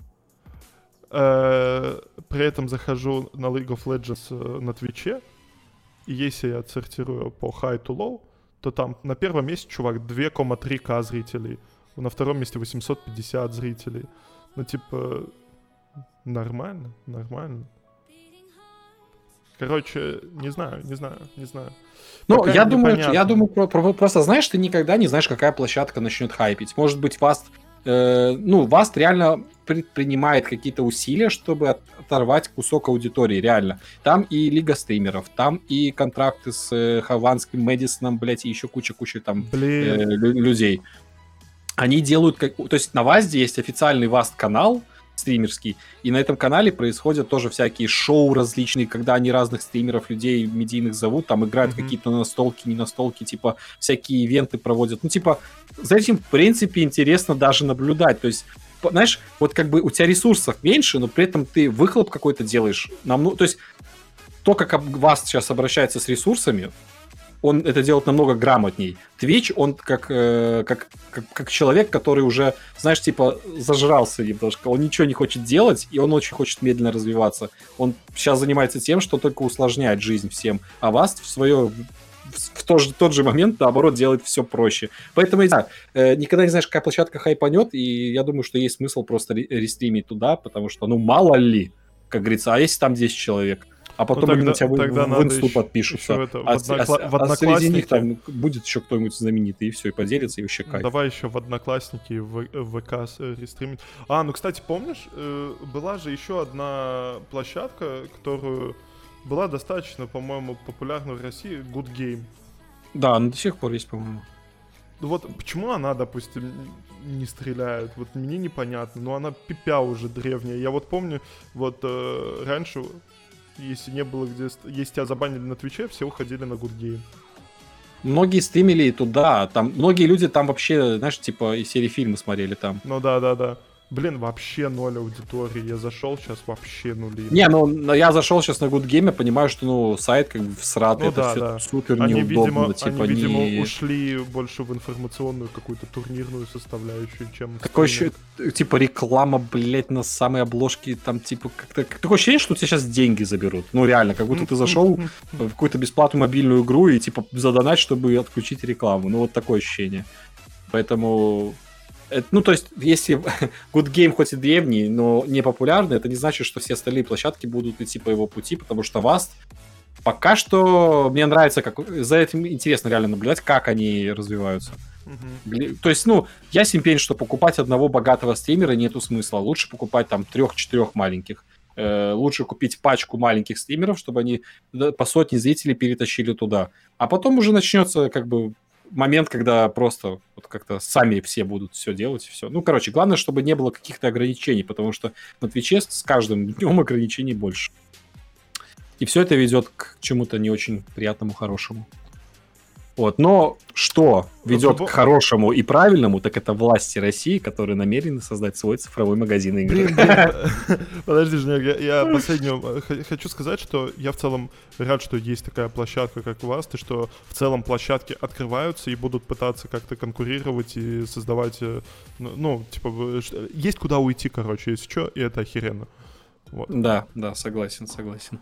При этом захожу на League of Legends на Твиче, и если я отсортирую по high to low, то там на первом месте, чувак, два целых три ка зрителей. На втором месте восемьсот пятьдесят зрителей. Ну, типа, нормально, нормально. Короче, не знаю, не знаю, не знаю. Ну, Пока я думаю, непонятно. я думаю, про- про- просто знаешь, ты никогда не знаешь, какая площадка начнет хайпить. Может быть, Vast, э, ну, Vast реально предпринимает какие-то усилия, чтобы от- оторвать кусок аудитории, реально. Там и Лига стримеров, там и контракты с э, Хованским, Мэдисоном, блядь, и еще куча-куча там э, Блин, лю- людей. Они делают, как... то есть на Вазде есть официальный Vast-канал стримерский, и на этом канале происходят тоже всякие шоу различные, когда они разных стримеров, людей медийных зовут, там играют Мгм. какие-то настолки, не настолки, типа всякие ивенты проводят. Ну, типа, за этим, в принципе, интересно даже наблюдать. То есть, по- знаешь, вот как бы у тебя ресурсов меньше, но при этом ты выхлоп какой-то делаешь. Намного... То есть, то, как Vast сейчас обращается с ресурсами, он это делает намного грамотней. Twitch, он как, э, как, как, как человек, который уже, знаешь, типа, зажрался немножко. Он ничего не хочет делать, и он очень хочет медленно развиваться. Он сейчас занимается тем, что только усложняет жизнь всем. А Vast в свое... в тот же, тот же момент, наоборот, делает все проще. Поэтому, я не знаю, э, никогда не знаешь, какая площадка хайпанет, и я думаю, что есть смысл просто ре- рестримить туда, потому что, ну, мало ли, как говорится, а если там десять человек? А потом Ну, они на тогда- тебя в, тогда в надо инсту еще- подпишутся. еще это, в а, однокла- а- в а среди них Одноклассники. там будет еще кто-нибудь знаменитый, и все, и поделится, и вообще кайф. Давай еще в Одноклассники, в в ВК с- э, рестримить. А, ну, кстати, помнишь, э, была же еще одна площадка, которую была достаточно, по-моему, популярна в России, Good Game. Да, она до сих пор есть, по-моему. Ну вот почему она, допустим, не стреляет, вот мне непонятно, но она пипя уже древняя. Я вот помню, вот э, раньше, если не было где... ст- Если тебя забанили на Твиче, все уходили на Good Game. Многие стримили и туда, там, многие люди там вообще, знаешь, типа, из серии фильмы смотрели там. Ну да-да-да. Блин, вообще ноль аудитории. Я зашел, сейчас вообще нули. Не, ну, но я зашел сейчас на Good Game, я понимаю, что, ну, сайт как бы всратый, Ну это да, все да. супер Они, неудобно, видимо, типа, они, видимо, не... ушли больше в информационную какую-то турнирную составляющую, чем... в Такое еще, стриминг. типа, реклама, блядь, на самой обложке, там, типа, как-то... Такое ощущение, что у тебя сейчас деньги заберут. Ну, реально, как будто ты зашел в какую-то бесплатную мобильную игру и, типа, задонать, чтобы отключить рекламу. Ну, вот такое ощущение. Поэтому... это- Ну, то есть, если Good Game хоть и древний, но не популярный, это не значит, что все остальные площадки будут идти по его пути, потому что Vast пока что мне нравится, как за этим интересно реально наблюдать, как они развиваются. Мгм. Гли- То есть, ну, я симпень, что покупать одного богатого стримера нету смысла. Лучше покупать там трех-четырех маленьких. Э, лучше купить пачку маленьких стримеров, чтобы они да, по сотне зрителей перетащили туда. А потом уже начнется как бы момент, когда просто вот как-то сами все будут все делать, все. Ну, короче, главное, чтобы не было каких-то ограничений, потому что на Твиче с каждым днем ограничений больше. И все это ведет к чему-то не очень приятному, хорошему. Вот, но что ведет Любо- к хорошему и правильному, так это власти России, которые намерены создать свой цифровой магазин игр. Блин, блин. Подожди, Женек, я, я последнюю э, х- хочу сказать, что я в целом рад, что есть такая площадка, как у вас, и что в целом площадки открываются и будут пытаться как-то конкурировать и создавать, э, ну, ну, типа, э, ш- есть куда уйти, короче, если что, и это охеренно. Вот. Да, да, согласен, согласен.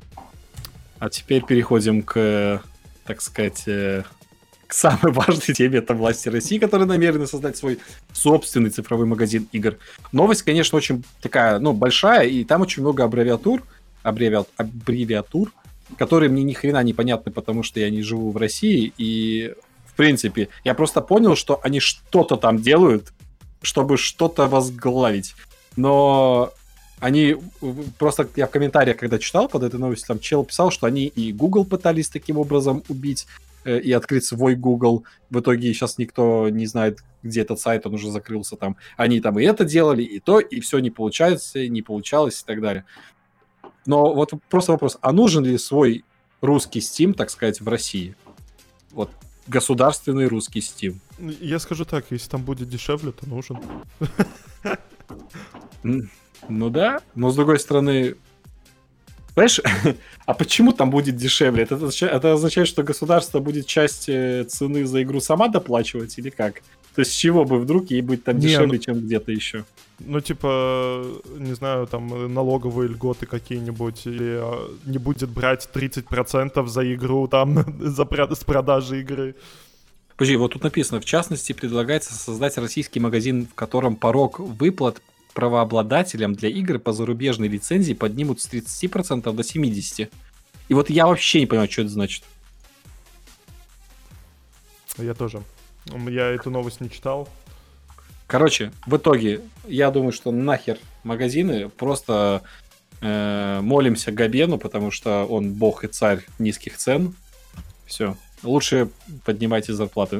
А теперь переходим к, так сказать, э, к самой важной теме, это власти России, которые намерены создать свой собственный цифровой магазин игр. Новость, конечно, очень такая, ну, большая, и там очень много аббревиатур, аббревиат, аббревиатур, которые мне ни хрена не понятны, потому что я не живу в России, и, в принципе, я просто понял, что они что-то там делают, чтобы что-то возглавить. Но они в- просто, я в комментариях, когда читал под этой новостью, там чел писал, что они и Google пытались таким образом убить э, и открыть свой Google. В итоге сейчас никто не знает, где этот сайт, он уже закрылся там. Они там и это делали, и то, и все не получается, не получалось и так далее. Но вот просто вопрос, а нужен ли свой русский Steam, так сказать, в России? Вот государственный русский Steam. Я скажу так, если там будет дешевле, то нужен. М, Ну да, но с другой стороны, понимаешь, а почему там будет дешевле? Это, означает- это означает, что государство будет часть э, цены за игру сама доплачивать или как? То есть с чего бы вдруг ей быть там Не, дешевле, ну- чем где-то еще? Ну, типа, не знаю, там, налоговые льготы какие-нибудь, или а, не будет брать тридцать процентов за игру, там, за про- с продажи игры. Подожди, вот тут написано, в частности, предлагается создать российский магазин, в котором порог выплат правообладателям для игр по зарубежной лицензии поднимут с тридцати процентов до семидесяти процентов. И вот я вообще не понимаю, что это значит. Я тоже. М, Я эту новость не читал. Короче, в итоге, я думаю, что нахер магазины, просто э, молимся Габену, потому что он бог и царь низких цен. Все. Лучше поднимайте зарплаты.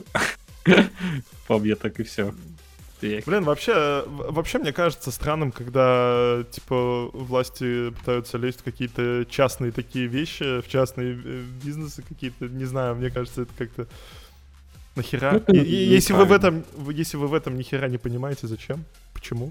По мне так и все. Блин, вообще, в- вообще мне кажется странным, когда, типа, власти пытаются лезть в какие-то частные такие вещи, в частные э, бизнесы какие-то, не знаю, мне кажется, это как-то нахера. Ну, это И- и если вы в неправильно. этом, в- если вы в этом нихера не понимаете, зачем, почему?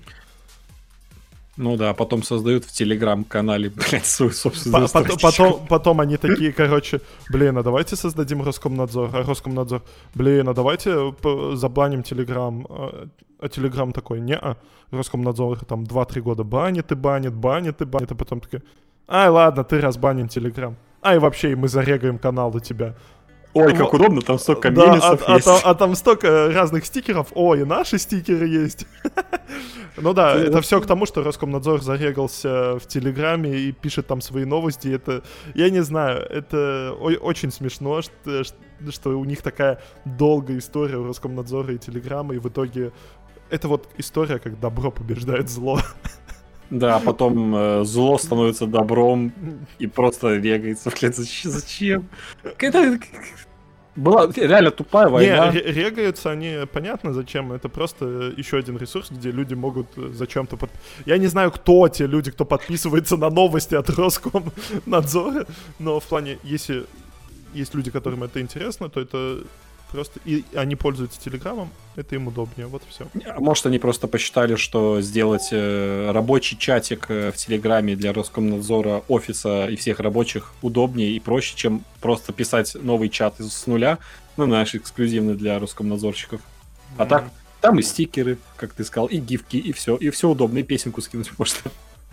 Ну да, потом создают в телеграм-канале, блядь, свою По- собственную Потом, страничку. потом, потом они такие, короче, блин, а давайте создадим Роскомнадзор, а Роскомнадзор, блин, а давайте п- забаним Телеграм, а, а Телеграм такой, не-а, Роскомнадзор там два-три года банит и банит, банит и банит, а потом такой, ай, ладно, ты разбаним Телеграм, ай, вообще, и мы зарегаем канал у тебя. Ой, как удобно, там столько Да, а, мемесов а есть. там, а там столько разных стикеров. О, и наши стикеры есть. Ну да, Ты- это все к тому, что Роскомнадзор зарегался в Телеграме и пишет там свои новости. Это, я не знаю, это о- очень смешно, что, что у них такая долгая история у Роскомнадзора и Телеграма, и в итоге это вот история, как добро побеждает зло. Да, а потом э, зло становится добром и просто регается. Блядь, зачем? зачем? Это была реально тупая война. Не, ре- регаются они, понятно зачем, это просто еще один ресурс, где люди могут э, зачем-то... Под... Я не знаю, кто те люди, кто подписывается на новости от Роскомнадзора, но в плане, если есть люди, которым это интересно, то это просто... И они пользуются Телеграмом, это им удобнее, вот и все. Может, они просто посчитали, что сделать э, рабочий чатик э, в Телеграме для Роскомнадзора, офиса и всех рабочих удобнее и проще, чем просто писать новый чат из- с нуля, ну, знаешь, эксклюзивный для Роскомнадзорщиков. А так, там и стикеры, как ты сказал, и гифки, и все, и все удобно, и песенку скинуть можно.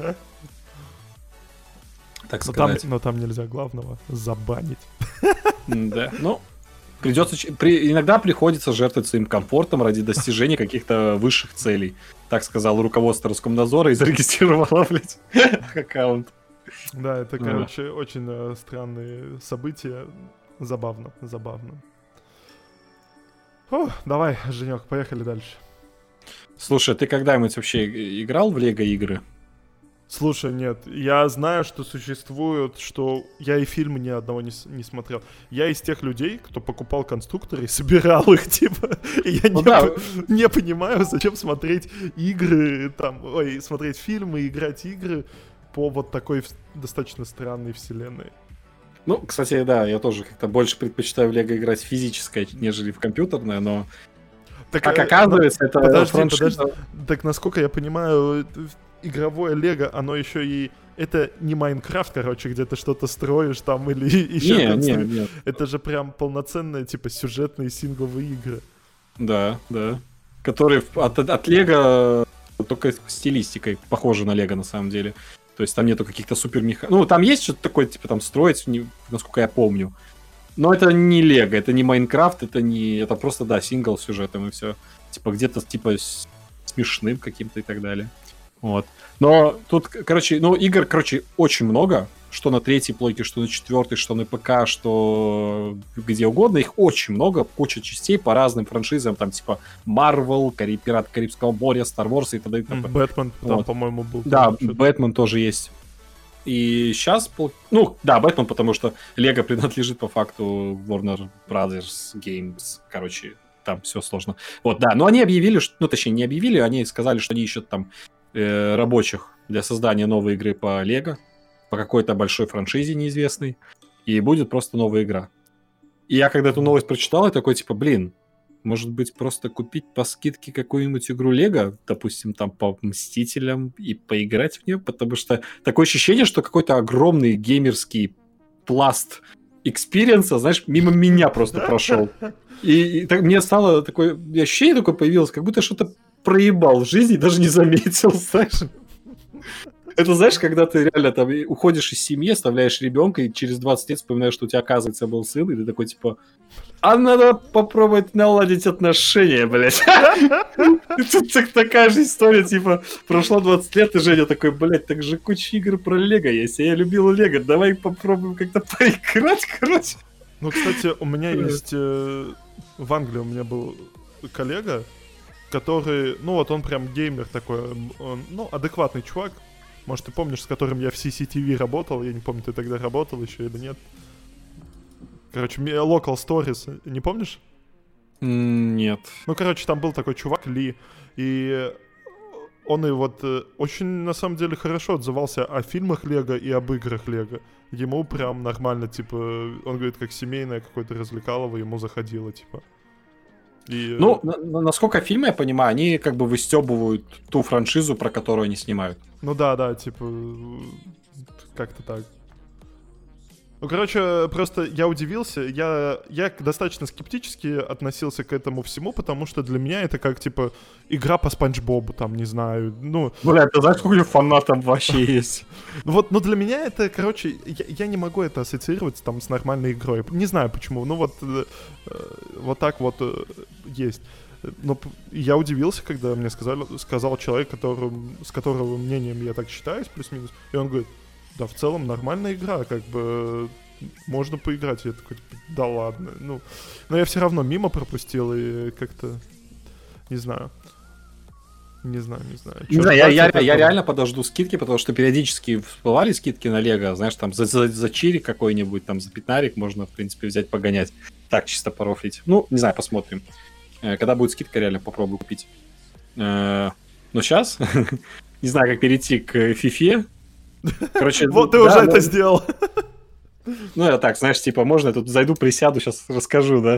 Так Но там, сказать. но там нельзя главного забанить. Да, ну, придется... ч- При... Иногда приходится жертвовать своим комфортом ради достижения каких-то высших целей. Так сказал руководство Роскомнадзора и зарегистрировало, блядь, аккаунт. Да, это, Ну. короче, очень э, странные события. Забавно, забавно. Фу, давай, Женек, поехали дальше. Слушай, ты когда-нибудь вообще и- играл в лего-игры? Слушай, нет, я знаю, что существуют, что я и фильмы ни одного не, с- не смотрел. Я из тех людей, кто покупал конструкторы и собирал их, типа. И я Ну не, да. по- не понимаю, зачем смотреть игры, там, ой, смотреть фильмы, играть игры по вот такой вс- достаточно странной вселенной. Ну, кстати, да, я тоже как-то больше предпочитаю в лего играть физическое, нежели в компьютерное, но... Так, Как э, оказывается, это подожди, франшиза... подожди. Так, насколько я понимаю, э, игровое лего, оно еще и... Это не Майнкрафт, короче, где ты что-то строишь там или еще Не, не, конструируешь. нет. Это же прям полноценные, типа, сюжетные сингловые игры. Да, да. Которые в- от, от лего только стилистикой похожи на лего на самом деле. То есть там нету каких-то супер меха... Ну, там есть что-то такое, типа, там строить, не- насколько я помню. Но это не лего, это не Майнкрафт, это не... Это просто, да, сингл с сюжетом и все. Типа, где-то, типа, с- смешным каким-то и так далее. Вот. Но тут, короче, ну, игр, короче, очень много. Что на третьей плойке, что на четвертой, что на ПК, что где угодно. Их очень много, куча частей по разным франшизам. Там, типа, Marvel, Кари... Пират Карибского моря, Star Wars и т.д. и т.п. Бэтмен там, Вот. по-моему, был. Да, тоже что-то. Бэтмен тоже есть. И сейчас, ну, да, Бэтмен, потому что Лего принадлежит по факту Warner Brothers Games. Короче, там все сложно. Вот, да, но они объявили, что, ну, точнее, не объявили, они сказали, что они ищут там э, рабочих для создания новой игры по Лего, по какой-то большой франшизе неизвестной, и будет просто новая игра. И я когда эту новость прочитал, я такой, типа, блин, может быть, просто купить по скидке какую-нибудь игру Лего, допустим, там по Мстителям и поиграть в нее, потому что такое ощущение, что какой-то огромный геймерский пласт экспириенса, знаешь, мимо меня просто прошел. И, и так, мне стало такое ощущение такое появилось, как будто что-то проебал в жизни, даже не заметил, знаешь. Это знаешь, когда ты реально там уходишь из семьи, оставляешь ребенка, и через двадцать лет вспоминаешь, что у тебя, оказывается, был сын, и ты такой, типа, а надо попробовать наладить отношения, блядь. Тут такая же история, типа, прошло двадцать лет, и Женя такой, блядь, так же куча игр про Лего есть, а я любил Лего, давай попробуем как-то поиграть, короче. Ну, кстати, у меня есть... Э, в Англии у меня был коллега, который... Ну, вот он прям геймер такой, он, ну, адекватный чувак. Может, ты помнишь, с которым я в си си ти ви работал? Я не помню, ты тогда работал еще или нет. Короче, Local Stories, не помнишь? Нет. Ну, короче, там был такой чувак, Ли, и он и вот э, очень, на самом деле, хорошо отзывался о фильмах Лего и об играх Лего. Ему прям нормально, типа, он говорит, как семейное какое-то развлекалово ему заходило, типа. И... Ну, на- насколько фильмы, я понимаю, они как бы выстебывают ту франшизу, про которую они снимают. Ну да, да, типа, как-то так. Ну, короче, просто я удивился, я, я достаточно скептически относился к этому всему, потому что для меня это как, типа, игра по Спанч Бобу, там, не знаю, ну... Бля, ты знаешь, сколько фанатов вообще есть? Вот, ну, для меня это, короче, я, я не могу это ассоциировать, там, с нормальной игрой, не знаю почему, ну, вот, э, вот так вот э, есть. Но я удивился, когда мне сказали, сказал человек, которым, с которого мнением я так считаюсь, плюс-минус, и он говорит, да, в целом нормальная игра, как бы можно поиграть. Я такой, типа, да ладно. Ну, но я все равно мимо пропустил и как-то, не знаю. Не знаю, не знаю. Не знаю, я, я, я реально подожду скидки, потому что периодически всплывали скидки на Лего, знаешь, там за, за, за чирик какой-нибудь, там за пятнарик можно, в принципе, взять, погонять. Так, чисто порофлить. Ну, не знаю, посмотрим. Когда будет скидка, реально попробую купить. Но сейчас, не знаю, как перейти к фифе. Короче, вот ты да, уже да. это сделал. Ну, я так, знаешь, типа, можно я тут зайду, присяду, сейчас расскажу, да.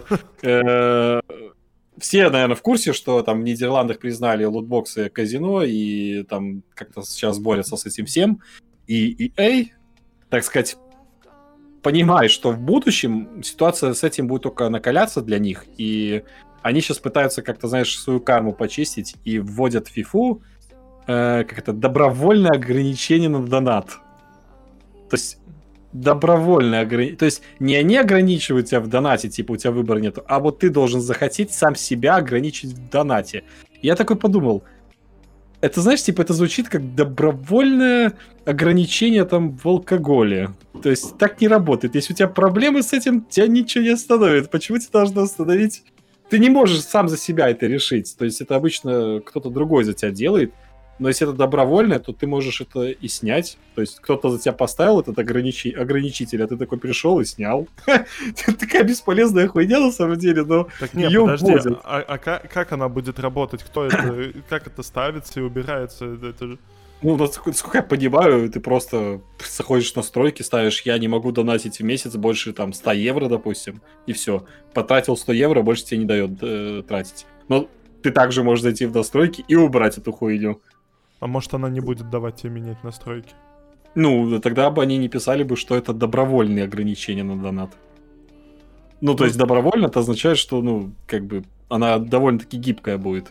Все, наверное, в курсе, что там в Нидерландах признали лутбоксы казино, и там как-то сейчас борются с этим всем. И и эй, так сказать, понимает, что в будущем ситуация с этим будет только накаляться для них, и они сейчас пытаются как-то, знаешь, свою карму почистить и вводят в фифу как это, добровольное ограничение на донат. То есть добровольное ограничение. То есть не они ограничивают тебя в донате, типа у тебя выбора нету, а вот ты должен захотеть сам себя ограничить в донате. И я такой подумал, это, знаешь, типа это звучит как добровольное ограничение там в алкоголе. То есть так не работает. Если у тебя проблемы с этим, тебя ничего не остановит. Почему тебя должно остановить? Ты не можешь сам за себя это решить. То есть это обычно кто-то другой за тебя делает. Но если это добровольно, то ты можешь это и снять. То есть кто-то за тебя поставил этот ограничи... ограничитель, а ты такой пришел и снял. Такая бесполезная хуйня на самом деле, но так нет, ее подожди, вводят. А, а как, как она будет работать? Кто это, как это ставится и убирается? Это же... Ну, насколько я понимаю, ты просто заходишь в настройки, ставишь, я не могу донатить в месяц больше там сто евро, допустим, и все. Потратил сто евро, больше тебе не дает э, тратить. Но ты также можешь зайти в настройки и убрать эту хуйню. А может, она не будет давать тебе менять настройки? Ну, тогда бы они не писали бы, что это добровольные ограничения на донат. Ну, то ну, есть добровольно, это означает, что, ну, как бы, она довольно-таки гибкая будет.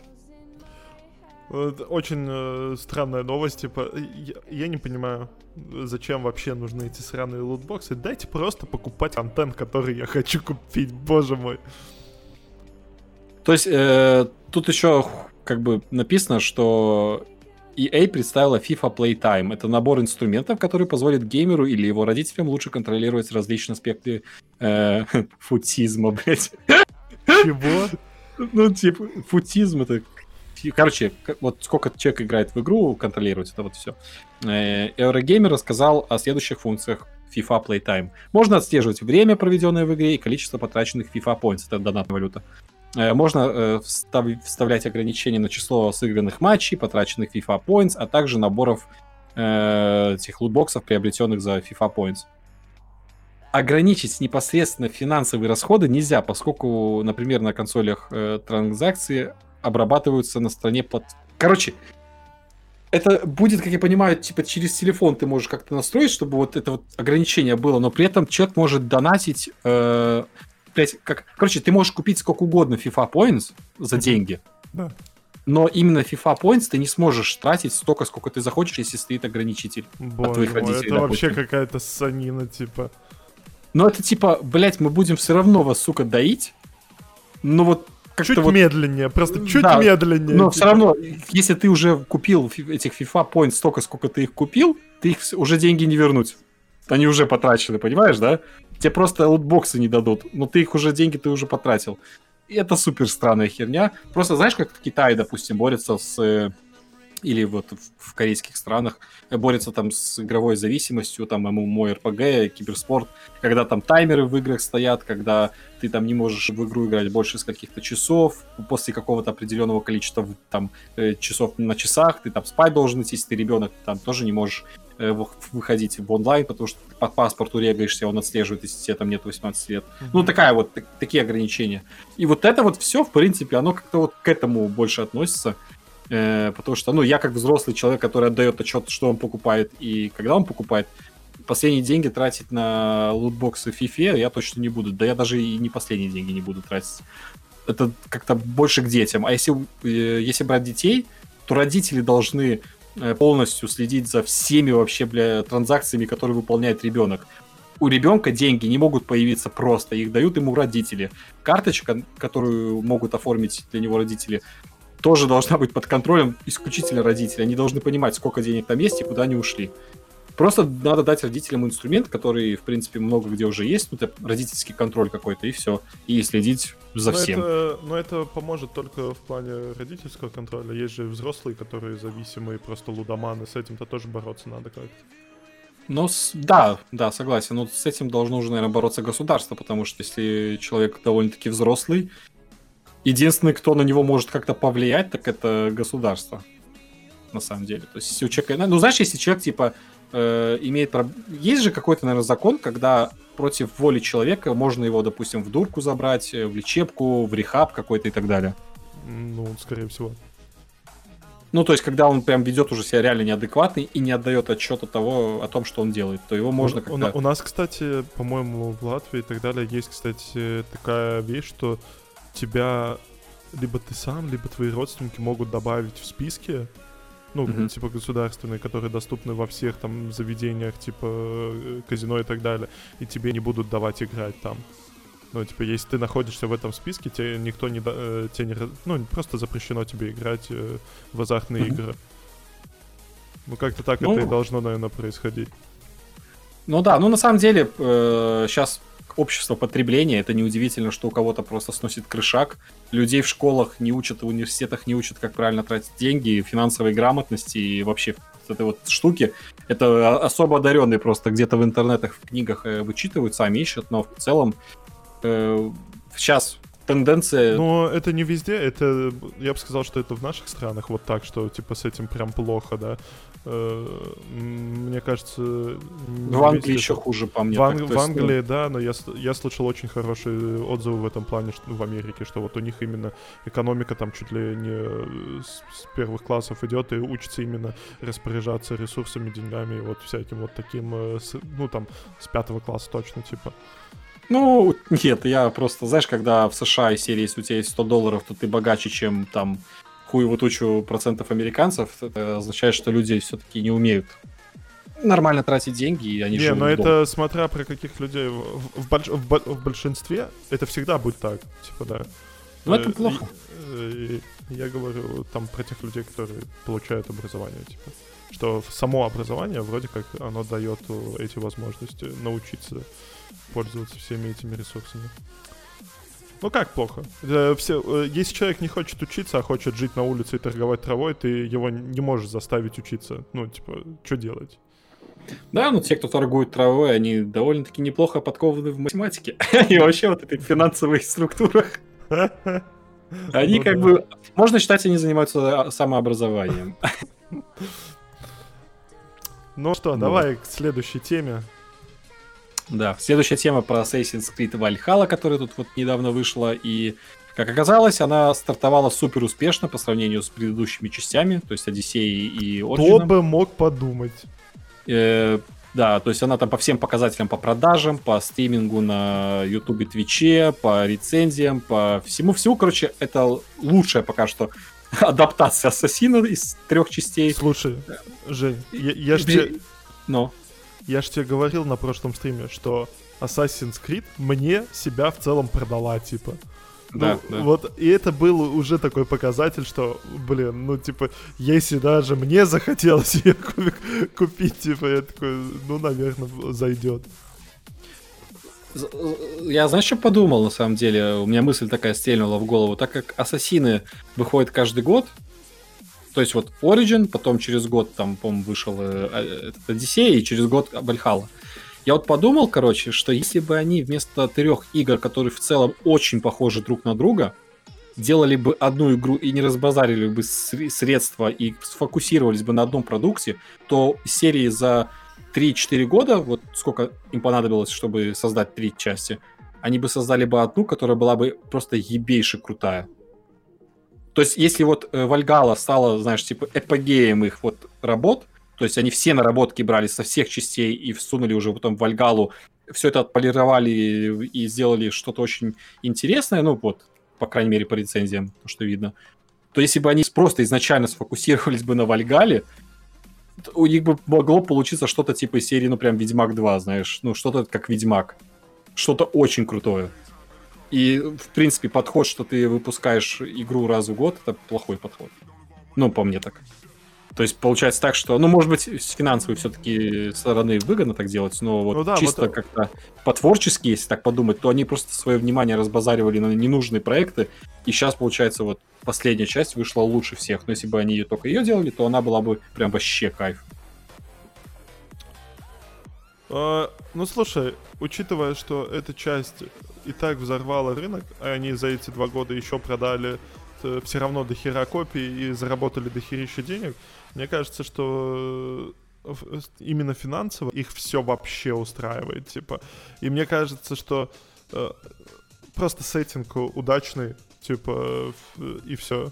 Очень э, странная новость, типа, я, я не понимаю, зачем вообще нужны эти сраные лутбоксы. Дайте просто покупать контент, который я хочу купить, боже мой. То есть, э, тут еще, как бы, написано, что и эй представила FIFA Playtime. Это набор инструментов, который позволит геймеру или его родителям лучше контролировать различные аспекты э, футизма, блядь. Чего? Ну, типа, футизм это... Короче, вот сколько человек играет в игру, контролировать это вот все. Eurogamer рассказал о следующих функциях FIFA Playtime. Можно отслеживать время, проведенное в игре, и количество потраченных FIFA Points. Это донатная валюта. Можно встав... вставлять ограничения на число сыгранных матчей, потраченных FIFA Points, а также наборов э, этих лутбоксов, приобретенных за FIFA Points. Ограничить непосредственно финансовые расходы нельзя, поскольку, например, на консолях э, транзакции обрабатываются на стороне плат... Короче, это будет, как я понимаю, типа через телефон ты можешь как-то настроить, чтобы вот это вот ограничение было, но при этом человек может донатить... Э, блядь, как... Короче, ты можешь купить сколько угодно FIFA Points за деньги. Да. Но именно FIFA Points ты не сможешь тратить столько, сколько ты захочешь, если стоит ограничитель Боже от твоих мой, родителей. это допустим. вообще какая-то ссанина, типа. Но это типа, блядь, мы будем все равно вас, сука, доить. Ну вот как-то чуть вот... медленнее, просто чуть да, медленнее. Но типа. все равно, если ты уже купил этих FIFA Points столько, сколько ты их купил, ты их уже деньги не вернуть. Они уже потрачены, понимаешь, да? Тебе просто лутбоксы не дадут. Но ты их уже, деньги ты уже потратил. И это супер странная херня. Просто знаешь, как в Китае, допустим, борются с... Или вот в, в корейских странах борются там с игровой зависимостью, там эм эм о, эр пи джи, киберспорт, когда там таймеры в играх стоят, когда ты там не можешь в игру играть больше каких-то часов, после какого-то определенного количества там часов на часах, ты там спать должен идти, если ты ребенок, там тоже не можешь э, выходить в онлайн, потому что ты по паспорту регаешься, он отслеживает, если тебе там нет восемнадцати лет. Mm-hmm. Ну, такая вот, так, такие ограничения. И вот это вот все, в принципе, оно как-то вот к этому больше относится. Э, потому что, ну, я как взрослый человек, который отдает отчет, что он покупает и когда он покупает, последние деньги тратить на лутбоксы в FIFA я точно не буду. Да я даже и не последние деньги не буду тратить. Это как-то больше к детям. А если, э, если брать детей, то родители должны э, полностью следить за всеми вообще, бля, транзакциями, которые выполняет ребенок. У ребенка деньги не могут появиться просто, их дают ему родители. Карточка, которую могут оформить для него родители, тоже должна быть под контролем исключительно родителей. Они должны понимать, сколько денег там есть и куда они ушли. Просто надо дать родителям инструмент, который, в принципе, много где уже есть, ну, это родительский контроль какой-то, и все. И следить за но всем. Это, но это поможет только в плане родительского контроля. Есть же взрослые, которые зависимые, просто лудоманы. С этим-то тоже бороться надо как-то. Ну, с... да, да, согласен. Но с этим должно уже, наверное, бороться государство, потому что если человек довольно-таки взрослый, единственный, кто на него может как-то повлиять, так это государство, на самом деле. То есть, если у человека... Ну, знаешь, если человек, типа, э, имеет... Есть же какой-то, наверное, закон, когда против воли человека можно его, допустим, в дурку забрать, в лечебку, в рехаб какой-то и так далее. Ну, скорее всего. Ну, то есть, когда он прям ведет уже себя реально неадекватный и не отдает отчета того, о том, что он делает, то его можно у, как-то... У, у нас, кстати, по-моему, в Латвии и так далее, есть, кстати, такая вещь, что тебя либо ты сам, либо твои родственники могут добавить в списки, ну, mm-hmm. типа государственные, которые доступны во всех там заведениях, типа казино и так далее, и тебе не будут давать играть там. Ну, типа, если ты находишься в этом списке, тебе никто не... Э, тебе не ну, просто запрещено тебе играть э, в азартные mm-hmm. игры. Ну, как-то так ну, это и должно, наверное, происходить. Ну да, ну на самом деле э, сейчас общество потребления, это неудивительно, что у кого-то просто сносит крышак. Людей в школах не учат, в университетах не учат, как правильно тратить деньги, финансовой грамотности и вообще этой вот штуки. Это особо одаренные просто где-то в интернетах, в книгах э, вычитывают, сами ищут, но в целом э, сейчас тенденция... Но это не везде, это, я бы сказал, что это в наших странах вот так, что типа с этим прям плохо, да. Мне кажется... В Англии еще это... хуже, по мне. В, Ан... в Англии, да, но я, я слышал очень хорошие отзывы в этом плане что, в Америке, что вот у них именно экономика там чуть ли не с, с первых классов идет и учится именно распоряжаться ресурсами, деньгами и вот всяким вот таким, с, ну там, с пятого класса точно, типа. Ну, нет, я просто, знаешь, когда в США из серии, если у тебя есть сто долларов, то ты богаче, чем там хуевую тучу процентов американцев, это означает, что люди все-таки не умеют нормально тратить деньги, и они не, живут но дома. это смотря про каких людей. В, в, больш... в, бо... в большинстве это всегда будет так, типа, да. Ну, это плохо. И, и, я говорю там про тех людей, которые получают образование, типа. Что само образование вроде как оно дает эти возможности научиться пользоваться всеми этими ресурсами. Ну как плохо? Все, если человек не хочет учиться, а хочет жить на улице и торговать травой, ты его не можешь заставить учиться. Ну, типа, что делать? Да, ну те, кто торгует травой, они довольно-таки неплохо подкованы в математике. И вообще вот этой финансовых структурах. Они как бы... Можно считать, они занимаются самообразованием. Ну что, давай к следующей теме. Да, следующая тема про Assassin's Creed Valhalla, которая тут вот недавно вышла, и, как оказалось, она стартовала супер успешно по сравнению с предыдущими частями, то есть Одиссеей и Origin. Кто бы мог подумать? Э, Да, то есть она там по всем показателям, по продажам, по стримингу на Ютубе, Твиче, по рецензиям, по всему-всему, короче, это лучшая пока что адаптация Ассасина из трех частей. Слушай, Жень, я, я ж тебе... Но. Я ж тебе говорил на прошлом стриме, что Assassin's Creed мне себя в целом продала, типа. Да, ну, да. Вот, и это был уже такой показатель, что, блин, ну, типа, если даже мне захотелось ее купить, типа, я такой, ну, наверное, зайдет. Я, знаешь, что подумал, на самом деле? У меня мысль такая стрельнула в голову. Так как Ассасины выходят каждый год, то есть вот Origin, потом через год, там, по-моему, вышел э, Одиссея, и через год Вальхалла. Я вот подумал, короче, что если бы они вместо трех игр, которые в целом очень похожи друг на друга, делали бы одну игру и не разбазарили бы средства и сфокусировались бы на одном продукте, то серии за три-четыре года, вот сколько им понадобилось, чтобы создать три части, они бы создали бы одну, которая была бы просто ебейше крутая. То есть если вот Вальгалла стала, знаешь, типа эпогеем их вот работ, то есть они все наработки брали со всех частей и всунули уже потом в Вальгаллу, все это отполировали и сделали что-то очень интересное, ну вот, по крайней мере, по рецензиям, то, что видно, то если бы они просто изначально сфокусировались бы на Вальгалле, у них бы могло получиться что-то типа серии, ну, прям Ведьмак два, знаешь, ну, что-то как Ведьмак, что-то очень крутое. И, в принципе, подход, что ты выпускаешь игру раз в год, это плохой подход. Ну, по мне так. То есть получается так, что, ну, может быть, с финансовой все-таки стороны выгодно так делать, но вот ну, да, чисто вот... как-то по-творчески, если так подумать, то они просто свое внимание разбазаривали на ненужные проекты, и сейчас, получается, вот последняя часть вышла лучше всех, но если бы они только ее делали, то она была бы прям вообще кайф. А, ну, слушай, учитывая, что эта часть и так взорвала рынок, а они за эти два года еще продали все равно до хера копий и заработали до херища денег, мне кажется, что именно финансово их все вообще устраивает, типа. И мне кажется, что э, просто сеттинг удачный, типа, и все.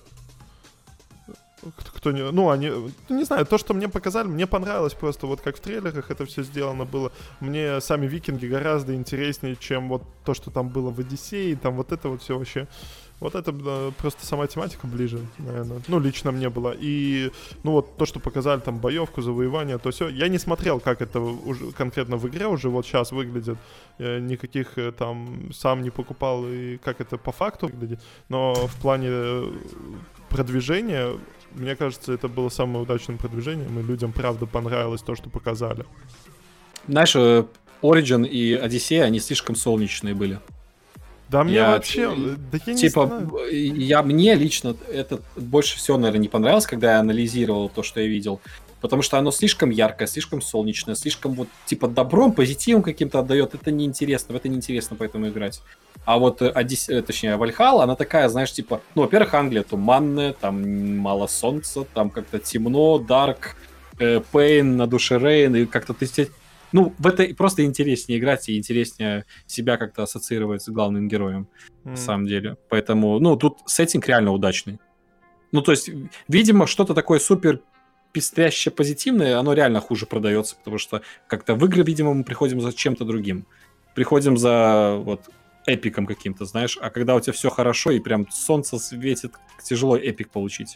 Кто не, ну, они, не знаю, то, что мне показали, мне понравилось просто, вот как в трейлерах это все сделано было. Мне сами викинги гораздо интереснее, чем вот то, что там было в Одиссее, там вот это вот все вообще. Вот это да, просто сама тематика ближе, наверное. Ну, лично мне было. И, ну, вот то, что показали, там, боевку, завоевание, то все. Я не смотрел, как это уже конкретно в игре уже вот сейчас выглядит. Я никаких там сам не покупал, и как это по факту выглядит. Но в плане продвижения, мне кажется, это было самым удачным продвижением, и людям, правда, понравилось то, что показали. Знаешь, Origin и Одиссея, они слишком солнечные были. Да мне я, вообще, да я типа, не знаю. Я, мне лично это больше всего, наверное, не понравилось, когда я анализировал то, что я видел. Потому что оно слишком яркое, слишком солнечное, слишком вот, типа, добром, позитивом каким-то отдает. Это неинтересно, в это неинтересно поэтому играть. А вот Одиссея, точнее, Вальхалла, она такая, знаешь, типа, ну, во-первых, Англия туманная, там мало солнца, там как-то темно, дарк, пейн, на душе рейн, и как-то ты... Ну, в это просто интереснее играть и интереснее себя как-то ассоциировать с главным героем, mm. на самом деле. Поэтому, ну, тут сеттинг реально удачный. Ну, то есть, видимо, что-то такое супер пестряще позитивное, оно реально хуже продается, потому что как-то в игры, видимо, мы приходим за чем-то другим. Приходим за вот эпиком каким-то, знаешь. А когда у тебя все хорошо и прям солнце светит, тяжело эпик получить.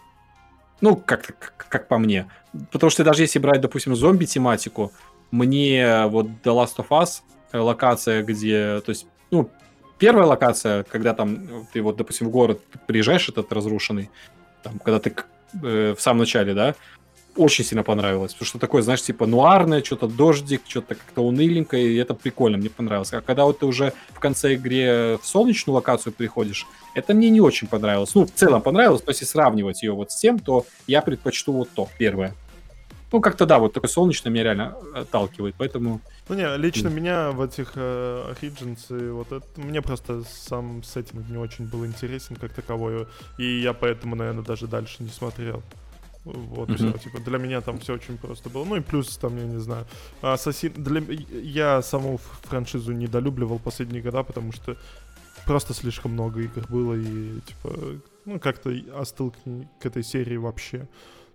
Ну, как, как, как по мне. Потому что даже если брать, допустим, зомби-тематику, мне вот The Last of Us локация, где, то есть, ну, первая локация, когда там ты вот, допустим, в город приезжаешь этот разрушенный, там, когда ты э, в самом начале, да, очень сильно понравилось, потому что такое, знаешь, типа нуарное, что-то дождик, что-то как-то уныленькое, и это прикольно, мне понравилось. А когда вот ты уже в конце игры в солнечную локацию приходишь, это мне не очень понравилось. Ну, в целом понравилось, но если сравнивать ее вот с тем, то я предпочту вот то, первое. Ну, как-то, да, вот такой солнечный меня реально отталкивает, поэтому... Ну, не, лично mm. меня в этих э, Origins, и вот это... Мне просто сам сеттинг не очень был интересен как таковой, и я поэтому, наверное, даже дальше не смотрел. Вот, mm-hmm. все, типа, для меня там все очень просто было. Ну, и плюс, там, я не знаю, Ассасин... Для... Я саму франшизу недолюбливал последние года, потому что просто слишком много игр было, и, типа, ну, как-то остыл к, к этой серии вообще.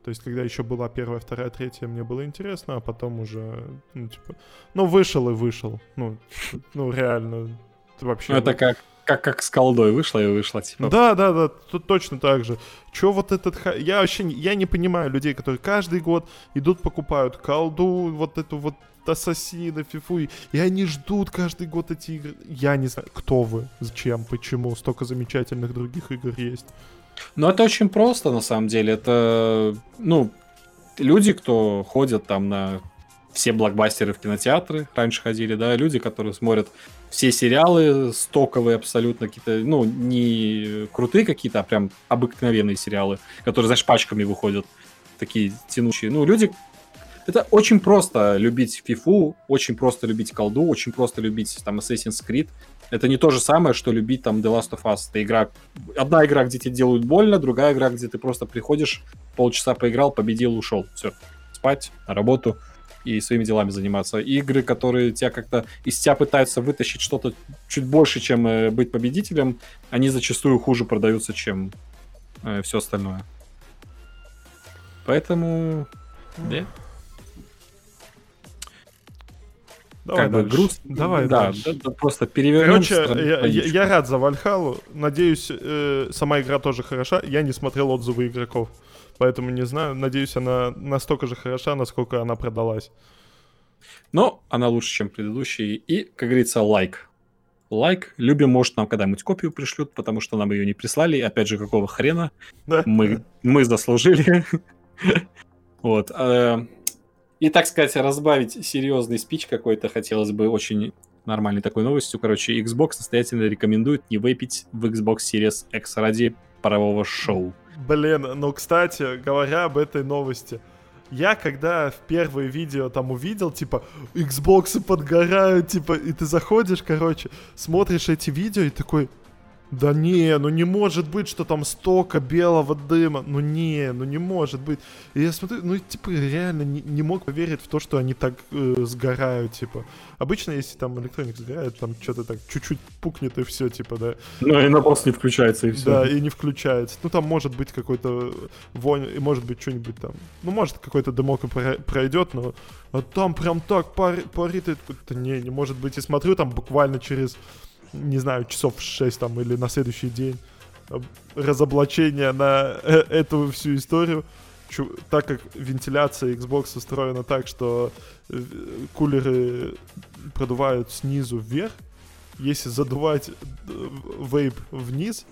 То есть, когда еще была первая, вторая, третья, мне было интересно, а потом уже, ну, типа, ну, вышел и вышел. Ну, ну реально, вообще... Ну, это как, как, как с колдой вышло и вышло, типа. Да, да, да, тут точно так же. Чё вот этот... ха- Я вообще не, я не понимаю людей, которые каждый год идут, покупают колду, вот эту вот Ассасина, Фифу, и, и они ждут каждый год эти игры. Я не знаю, кто вы, зачем, почему, столько замечательных других игр есть. Ну, это очень просто, на самом деле. Это, ну, люди, кто ходят там на все блокбастеры в кинотеатры, раньше ходили, да, люди, которые смотрят все сериалы стоковые абсолютно, какие-то, ну, не крутые какие-то, а прям обыкновенные сериалы, которые, знаешь, пачками выходят, такие тянущие. Ну, люди... Это очень просто любить фифу, очень просто любить колду, очень просто любить там Assassin's Creed. Это не то же самое, что любить там The Last of Us. Это игра... Одна игра, где тебе делают больно, другая игра, где ты просто приходишь, полчаса поиграл, победил, ушел. Все. Спать, на работу и своими делами заниматься. Игры, которые тебя как-то из тебя пытаются вытащить что-то чуть больше, чем э, быть победителем, они зачастую хуже продаются, чем э, все остальное. Поэтому... Да. Давай как дальше. бы грустно. Давай да, дальше. Да, да, просто перевернем. Короче, я, я, я рад за Вальхалу. Надеюсь, э, сама игра тоже хороша. Я не смотрел отзывы игроков, поэтому не знаю. Надеюсь, она настолько же хороша, насколько она продалась. Но она лучше, чем предыдущие. И, как говорится, лайк. Лайк. Любим, может, нам когда-нибудь копию пришлют, потому что нам ее не прислали. И, опять же, какого хрена? Да. Мы, мы заслужили. Вот. И, так сказать, разбавить серьезный спич какой-то хотелось бы очень нормальной такой новостью. Короче, Xbox настоятельно рекомендует не вейпить в Xbox Series X ради парового шоу. Блин, ну, кстати, говоря об этой новости, я когда в первое видео там увидел, типа, Xbox'ы подгорают, типа, и ты заходишь, короче, смотришь эти видео и такой... Да не, ну не может быть, что там столько белого дыма. Ну не, ну не может быть. И я смотрю, ну типа реально не, не мог поверить в то, что они так э, сгорают, типа. Обычно, если там электроник сгорает, там что-то так чуть-чуть пукнет и все, типа, да. Ну и она просто не включается и все. Да, и не включается. Ну там может быть какой-то вонь, и может быть что-нибудь там. Ну может какой-то дымок и пройдет, но а там прям так парит, парит. Да не, не может быть. И смотрю там буквально через... не знаю, часов шесть там или на следующий день разоблачение на э- эту всю историю. Чу- так как вентиляция Xbox устроена так, что э- кулеры продувают снизу вверх, если задувать вейп вниз,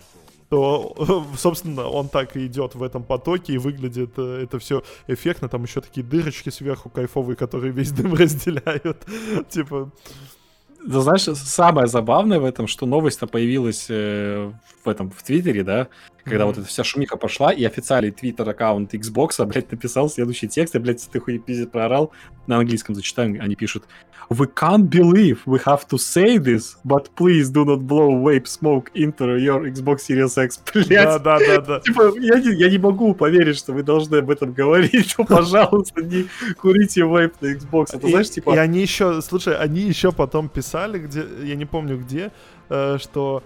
то, собственно, он так и идет в этом потоке, и выглядит э, это все эффектно. Там еще такие дырочки сверху кайфовые, которые весь дым разделяют. Типа... Да, знаешь, самое забавное в этом, что новость-то появилась э, в этом, в Твиттере, да, когда mm-hmm. вот эта вся шумиха пошла, и официальный твиттер-аккаунт Xbox, блядь, написал следующий текст, я, блядь, ты хуй пиздец проорал, на английском зачитаю, они пишут: "We can't believe we have to say this, but please do not blow vape smoke into your Xbox Series X". Блядь, да-да-да. Типа, я не, я не могу поверить, что вы должны об этом говорить, то, пожалуйста, не курите вейп на Xbox. Это, и, знаешь, типа... И они еще, слушай, они еще потом писали, где, я не помню где, э, что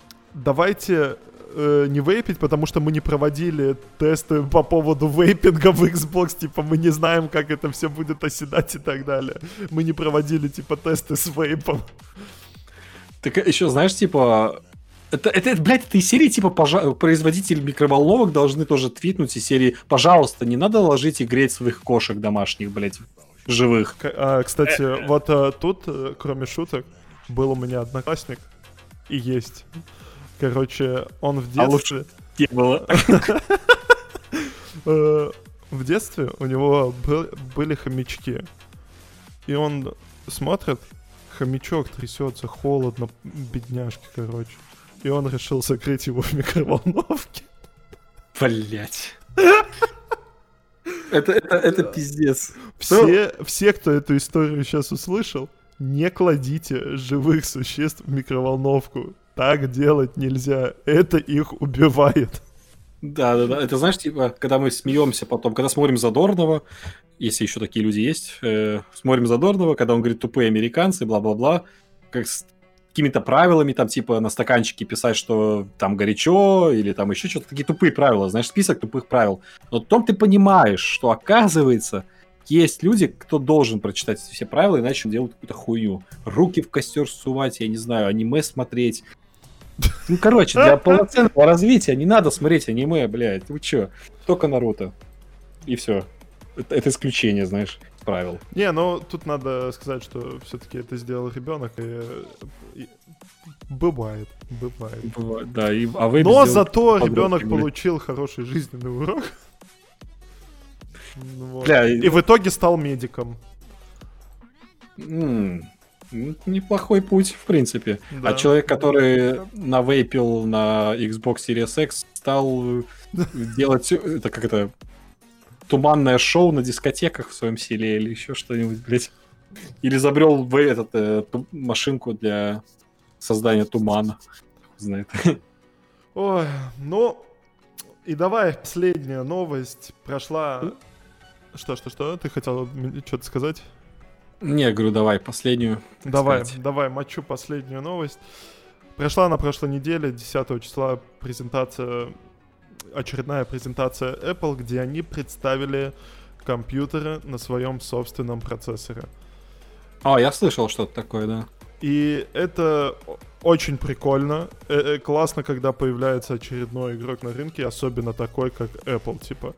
давайте э, не вейпить, потому что мы не проводили тесты по поводу вейпинга в Xbox, типа мы не знаем, как это все будет оседать и так далее. Мы не проводили, типа, тесты с вейпом. Так еще, знаешь, типа... Это, это, блядь, это из серии, типа, пожа... производители микроволновок должны тоже твитнуть из серии: пожалуйста, не надо ложить и греть своих кошек домашних, блядь, живых. К- а, кстати, вот а, тут, кроме шуток, был у меня одноклассник, и есть. Короче, он в детстве... А лучше не было. В детстве у него были хомячки. И он смотрит, хомячок трясется, холодно, бедняжки, короче. И он решил закрыть его в микроволновке. Блять. Это, это, это пиздец. Все, все, кто эту историю сейчас услышал, не кладите живых существ в микроволновку. Так делать нельзя. Это их убивает. Да, да, да. Это, знаешь, типа, когда мы смеемся потом, когда смотрим Задорнова, если еще такие люди есть, э, смотрим Задорнова, когда он говорит: тупые американцы, бла-бла-бла, как какими-то правилами, там, типа, на стаканчике писать, что там горячо, или там еще что-то, такие тупые правила, знаешь, список тупых правил. Но потом ты понимаешь, что, оказывается, есть люди, кто должен прочитать эти все правила, иначе он делает какую-то хуйню. Руки в костер сувать, я не знаю, аниме смотреть. Ну, короче, для полноценного развития не надо смотреть аниме, блядь, вы чё? Только Наруто. И все. Это, это исключение, знаешь, правил. Не, ну тут надо сказать, что все-таки это сделал ребенок, и, и бывает, бывает. Бывает, да. И, а вы Но зато ребенок получил хороший жизненный урок. Вот. Бля, и в итоге стал медиком. М-м, неплохой путь, в принципе. Да. А человек, который да. навейпил на Xbox Series X, стал делать это как это туманное шоу на дискотеках в своем селе или еще что-нибудь, блядь. Или изобрел бы этот э, ту- машинку для создания тумана. Знает. Ой, ну и давай последняя новость. Прошла. Что, что, что? Ты хотел что-то сказать? Не, я говорю, давай последнюю. Давай, сказать. давай, мочу последнюю новость. Прошла на прошлой неделе, десятого числа, презентация, очередная презентация Apple, где они представили компьютеры на своем собственном процессоре. А, я слышал что-то такое, да. И это очень прикольно. Э-э, классно, когда появляется очередной игрок на рынке, особенно такой, как Apple, типа.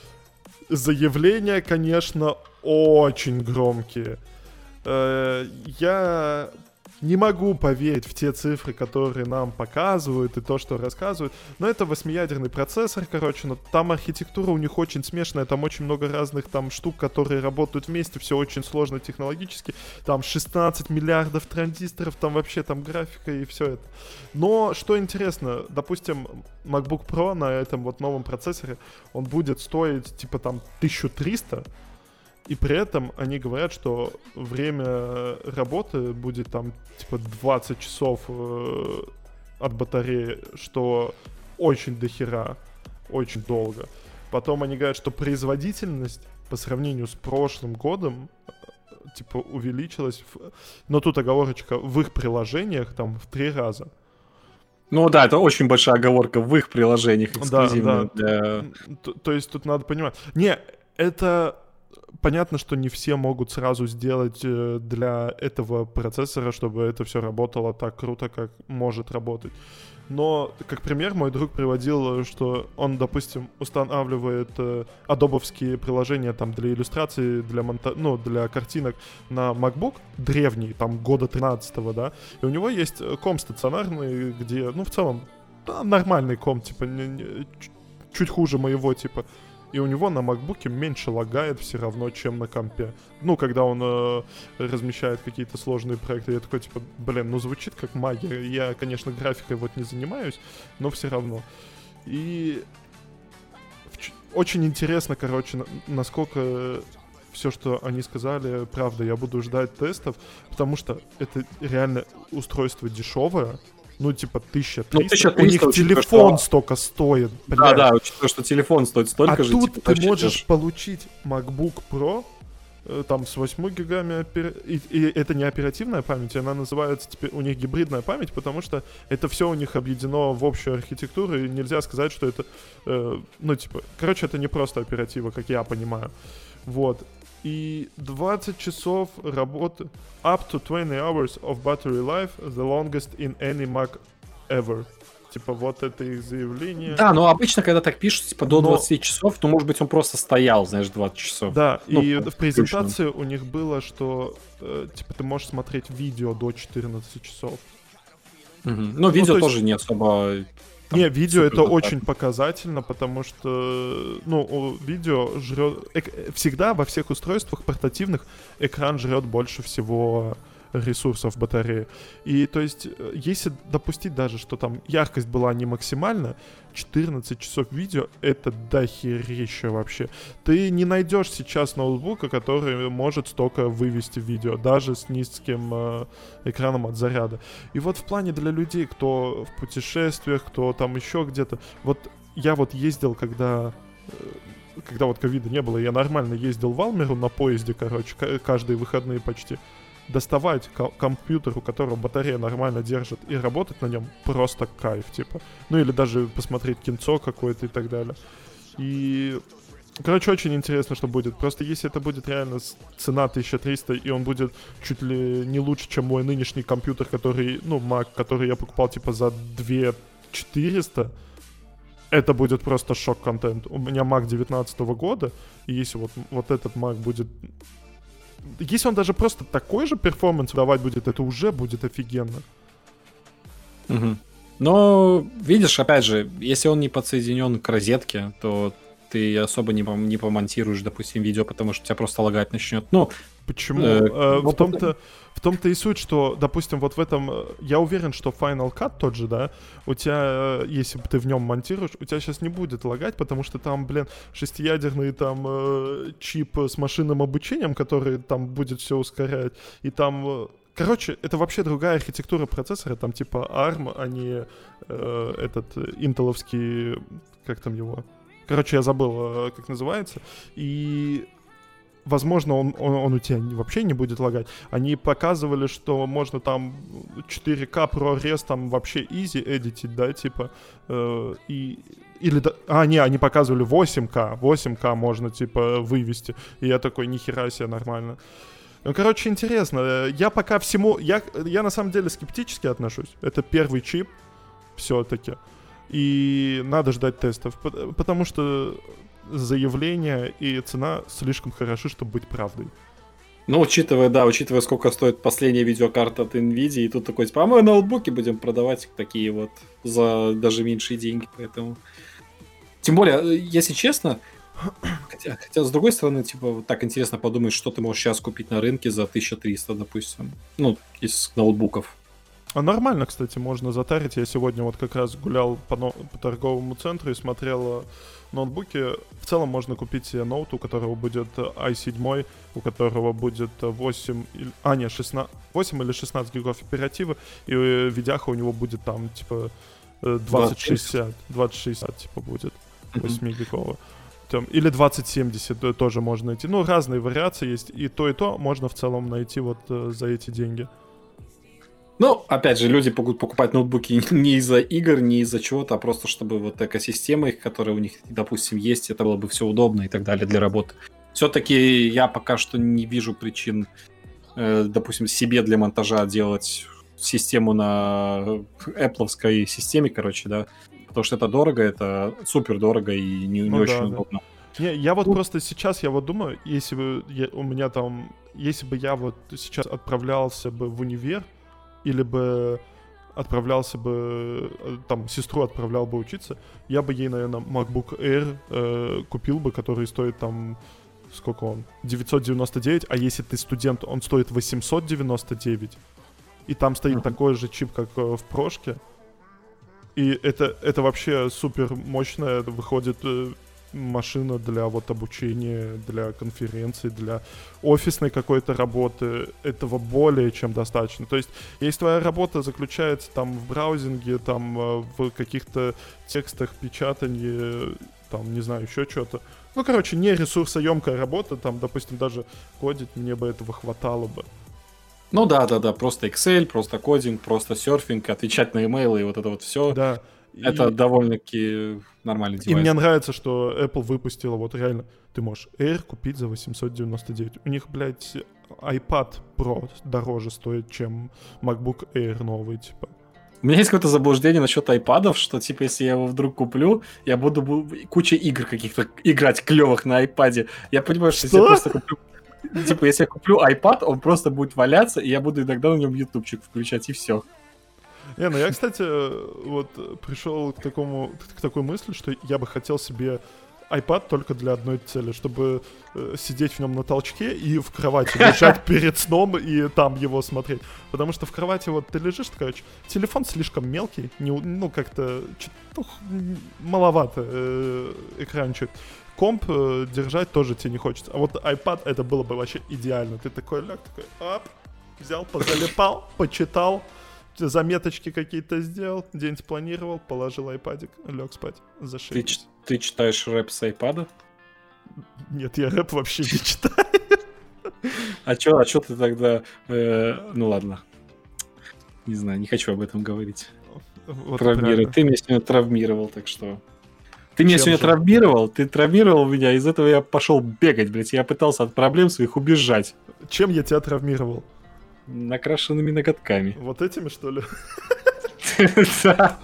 Заявления, конечно, очень громкие. Э-э, я не могу поверить в те цифры, которые нам показывают, и то, что рассказывают. Но это восьмиядерный процессор, короче, но там архитектура у них очень смешанная, там очень много разных там штук, которые работают вместе, все очень сложно технологически. Там шестнадцать миллиардов транзисторов, там вообще там графика и все это. Но что интересно, допустим, MacBook Pro на этом вот новом процессоре, он будет стоить типа там тысяча триста. И при этом они говорят, что время работы будет там типа двадцать часов э, от батареи, что очень дохера, очень долго. Потом они говорят, что производительность по сравнению с прошлым годом типа увеличилась, в... но тут оговорочка, в их приложениях там в три раза. Ну да, это очень большая оговорка в их приложениях эксклюзивно. Да, да. Для... То, то есть тут надо понимать. Не, это... Понятно, что не все могут сразу сделать для этого процессора, чтобы это все работало так круто, как может работать. Но, как пример, мой друг приводил, что он, допустим, устанавливает э, адобовские приложения там для иллюстрации, для монта... ну, для картинок на MacBook древний, там года тринадцатого, да, и у него есть комп стационарный, где, ну, в целом, да, нормальный комп, типа, не, не, чуть хуже моего, типа. И у него на макбуке меньше лагает все равно, чем на компе. Ну, когда он э, размещает какие-то сложные проекты, я такой, типа, блин, ну звучит как магия. Я, конечно, графикой вот не занимаюсь, но все равно. И очень интересно, короче, на- насколько все, что они сказали, правда. Я буду ждать тестов, потому что это реально устройство дешевое. Ну, типа, тысяча триста. Ну, тысяча триста у них телефон что... столько стоит. Да, да, учитывая, что телефон стоит столько а же. А тут типа, ты можешь даже... получить MacBook Pro, э, там, с восемью гигами, опер... и, и это не оперативная память, она называется, теперь у них гибридная память, потому что это все у них объединено в общую архитектуру, и нельзя сказать, что это, э, ну, типа, короче, это не просто оператива, как я понимаю. Вот. И двадцать часов работы, up to twenty hours of battery life, the longest in any Mac ever. Типа вот это их заявление. Да, но обычно, когда так пишут, типа до но... двадцати часов, то, может быть, он просто стоял, знаешь, двадцать часов. Да, ну, и в презентации у них было, что, э, типа, ты можешь смотреть видео до четырнадцати часов. Угу. Но видео ну, то тоже есть... не особо... Там, не, видео это так. Очень показательно, потому что, ну, видео жрет... Эк... Всегда во всех устройствах портативных экран жрет больше всего ресурсов батареи. И, то есть, если допустить даже, что там яркость была не максимальна, четырнадцать часов видео — это дохерища вообще. Ты не найдешь сейчас ноутбука, который может столько вывести видео, даже с низким э, экраном от заряда. И вот в плане для людей, кто в путешествиях, кто там еще где-то, вот я вот ездил, когда... Э, когда вот ковида не было, я нормально ездил в Алмеру на поезде, короче, к- каждые выходные почти. доставать ко- компьютер, у которого батарея нормально держит, и работать на нем просто кайф, типа. Ну или даже посмотреть кинцо какое-то и так далее. И... Короче, очень интересно, что будет. Просто если это будет реально цена тысяча триста, и он будет чуть ли не лучше, чем мой нынешний компьютер, который, ну, Mac, который я покупал, типа, за две тысячи четыреста, это будет просто шок-контент. У меня Mac девятнадцатого года, и если вот, вот этот Mac будет... Если он даже просто такой же перформанс давать будет, это уже будет офигенно. Угу. Но, видишь, опять же, если он не подсоединен к розетке, то ты особо не, пом- не помонтируешь, допустим, видео, потому что тебя просто лагать начнет. Ну, почему? Э, э, ну, в том-то, в том-то и суть, что, допустим, вот в этом... Я уверен, что Final Cut тот же, да, у тебя, если ты в нем монтируешь, у тебя сейчас не будет лагать, потому что там, блин, шестиядерный там э, чип с машинным обучением, который там будет все ускорять, и там... Э, Короче, это вообще другая архитектура процессора, там типа арм, а не э, этот интеловский... Как там его... Короче, я забыл, как называется. И, возможно, он, он, он у тебя вообще не будет лагать. Они показывали, что можно там четыре ка ProRes там вообще easy эдитить, да, типа. Э, и, или... А, не, они показывали восемь ка. восемь ка можно, типа, вывести. И я такой, нихера себе, нормально. Ну, короче, интересно. Я пока всему... Я, я на самом деле скептически отношусь. Это первый чип все-таки. И надо ждать тестов, потому что заявление и цена слишком хороши, чтобы быть правдой. Ну, учитывая, да, учитывая, сколько стоит последняя видеокарта от NVIDIA, и тут такой, типа, а мы ноутбуки будем продавать такие вот за даже меньшие деньги, поэтому... Тем более, если честно, хотя, хотя с другой стороны, типа, вот так интересно подумать, что ты можешь сейчас купить на рынке за тысячу триста, допустим, ну, из ноутбуков. А нормально, кстати, можно затарить. Я сегодня вот как раз гулял по, но... по торговому центру и смотрел ноутбуки. В целом можно купить себе ноут, у которого будет ай семь, у которого будет восемь, а, не, шестнадцать, восемь или шестнадцать гигов оперативы, и видяха у него будет там, типа, двадцать шестьдесят, двадцать шестьдесят, типа, будет восемь гигового. Там, или двадцать семьдесят тоже можно найти. Ну, разные вариации есть. И то, и то можно в целом найти вот за эти деньги. Ну, опять же, люди могут покупать ноутбуки не из-за игр, не из-за чего-то, а просто чтобы вот экосистема их, которая у них, допустим, есть, это было бы все удобно и так далее для работы. Все-таки я пока что не вижу причин, э, допустим, себе для монтажа делать систему на Apple'овской системе, короче, да, потому что это дорого, это супер дорого и не, не ну, очень да, удобно. Да. Не, я вот ну, просто сейчас, я вот думаю, если бы я, у меня там, если бы я вот сейчас отправлялся бы в универ, или бы отправлялся бы, там, сестру отправлял бы учиться, я бы ей, наверное, MacBook Air э, купил бы, который стоит там, сколько он, девятьсот девяносто девять, а если ты студент, он стоит восемьсот девяносто девять, и там стоит mm-hmm. такой же чип, как в прошке, и это, это вообще супер мощная, выходит машина для вот обучения, для конференций, для офисной какой-то работы. Этого более чем достаточно. То есть, если твоя работа заключается там в браузинге, там в каких-то текстах, печатании, там, не знаю, еще что-то. Ну, короче, не ресурсоемкая работа, там, допустим, даже кодить, мне бы этого хватало бы. Ну да, да, да, просто Excel, просто кодинг, просто серфинг, отвечать на имейлы и вот это вот все. Да. Это и... довольно-таки нормальный девайс. И мне нравится, что Apple выпустила, вот реально, ты можешь Air купить за восемьсот девяносто девять. У них, блядь, iPad Pro дороже стоит, чем MacBook Air новый, типа. У меня есть какое-то заблуждение насчет айпадов, что, типа, если я его вдруг куплю, я буду куча игр каких-то играть клевых на айпаде. Я понимаю, что, что? если я просто куплю... Типа, если я куплю iPad, он просто будет валяться, и я буду иногда на нем ютубчик включать, и все. Не, ну я, кстати, вот пришел к такому, к такой мысли, что я бы хотел себе iPad только для одной цели, чтобы э, сидеть в нем на толчке и в кровати лежать перед сном и там его смотреть. Потому что в кровати вот ты лежишь, короче, телефон слишком мелкий, не, ну как-то ну, маловато э, экранчик. Комп э, держать тоже тебе не хочется. А вот iPad это было бы вообще идеально. Ты такой ляг, такой, ап, взял, позалипал, почитал, заметочки какие-то сделал, день спланировал, положил айпадик, лег спать, зашибись. Ты, ты читаешь рэп с айпада? Нет, я рэп вообще не читаю. А чё, а чё ты тогда... Э, ну ладно. Не знаю, не хочу об этом говорить. Вот Травмировал. Ты меня сегодня травмировал, так что... Ты меня Чем сегодня же? травмировал, ты травмировал меня, из этого я пошел бегать, блядь. Я пытался от проблем своих убежать. Чем я тебя травмировал? Накрашенными ноготками. Вот этими, что ли? Да.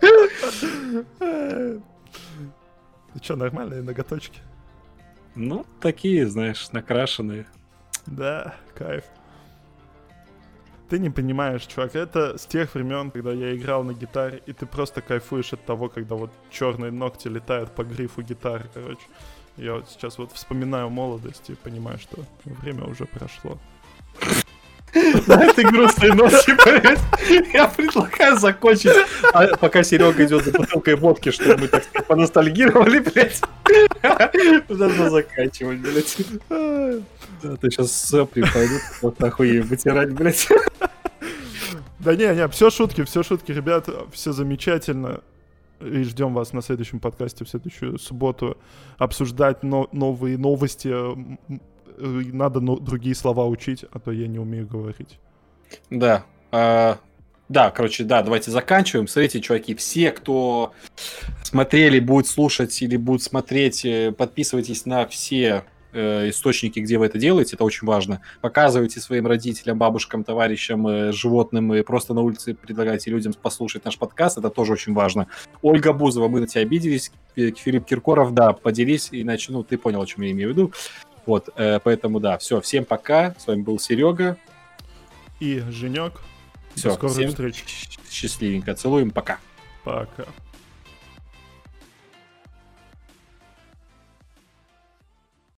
Ты чё, нормальные ноготочки? Ну, такие, знаешь, накрашенные. Да, кайф. Ты не понимаешь, чувак, это с тех времен, когда я играл на гитаре, и ты просто кайфуешь от того, когда вот черные ногти летают по грифу гитары, короче. Я вот сейчас вот вспоминаю молодость и понимаю, что время уже прошло. На этой грустной ноте, блядь, я предлагаю закончить, а пока Серега идет за бутылкой водки, чтобы мы, так сказать, поностальгировали, блядь. Надо заканчивать, блядь. Да, ты сейчас сопли пойдут, вот нахуй вытирать, блядь. Да не, не, все шутки, все шутки, ребят, все замечательно. И ждем вас на следующем подкасте в следующую субботу обсуждать но- новые новости. Надо но- другие слова учить, а то я не умею говорить. Да, а, да, короче, да, давайте заканчиваем. Смотрите, чуваки, все, кто смотрели, будет слушать или будет смотреть, подписывайтесь на все э, источники, где вы это делаете, это очень важно. Показывайте своим родителям, бабушкам, товарищам, э, животным, и просто на улице предлагайте людям послушать наш подкаст, это тоже очень важно. Ольга Бузова, мы на тебя обиделись. Филипп Киркоров, да, поделись, иначе, ну, ты понял, о чем я имею в виду. Вот, э, поэтому, да, все, всем пока, с вами был Серега. И Женек. Все, до скорых всем встреч. счастливенько, целуем, пока. Пока.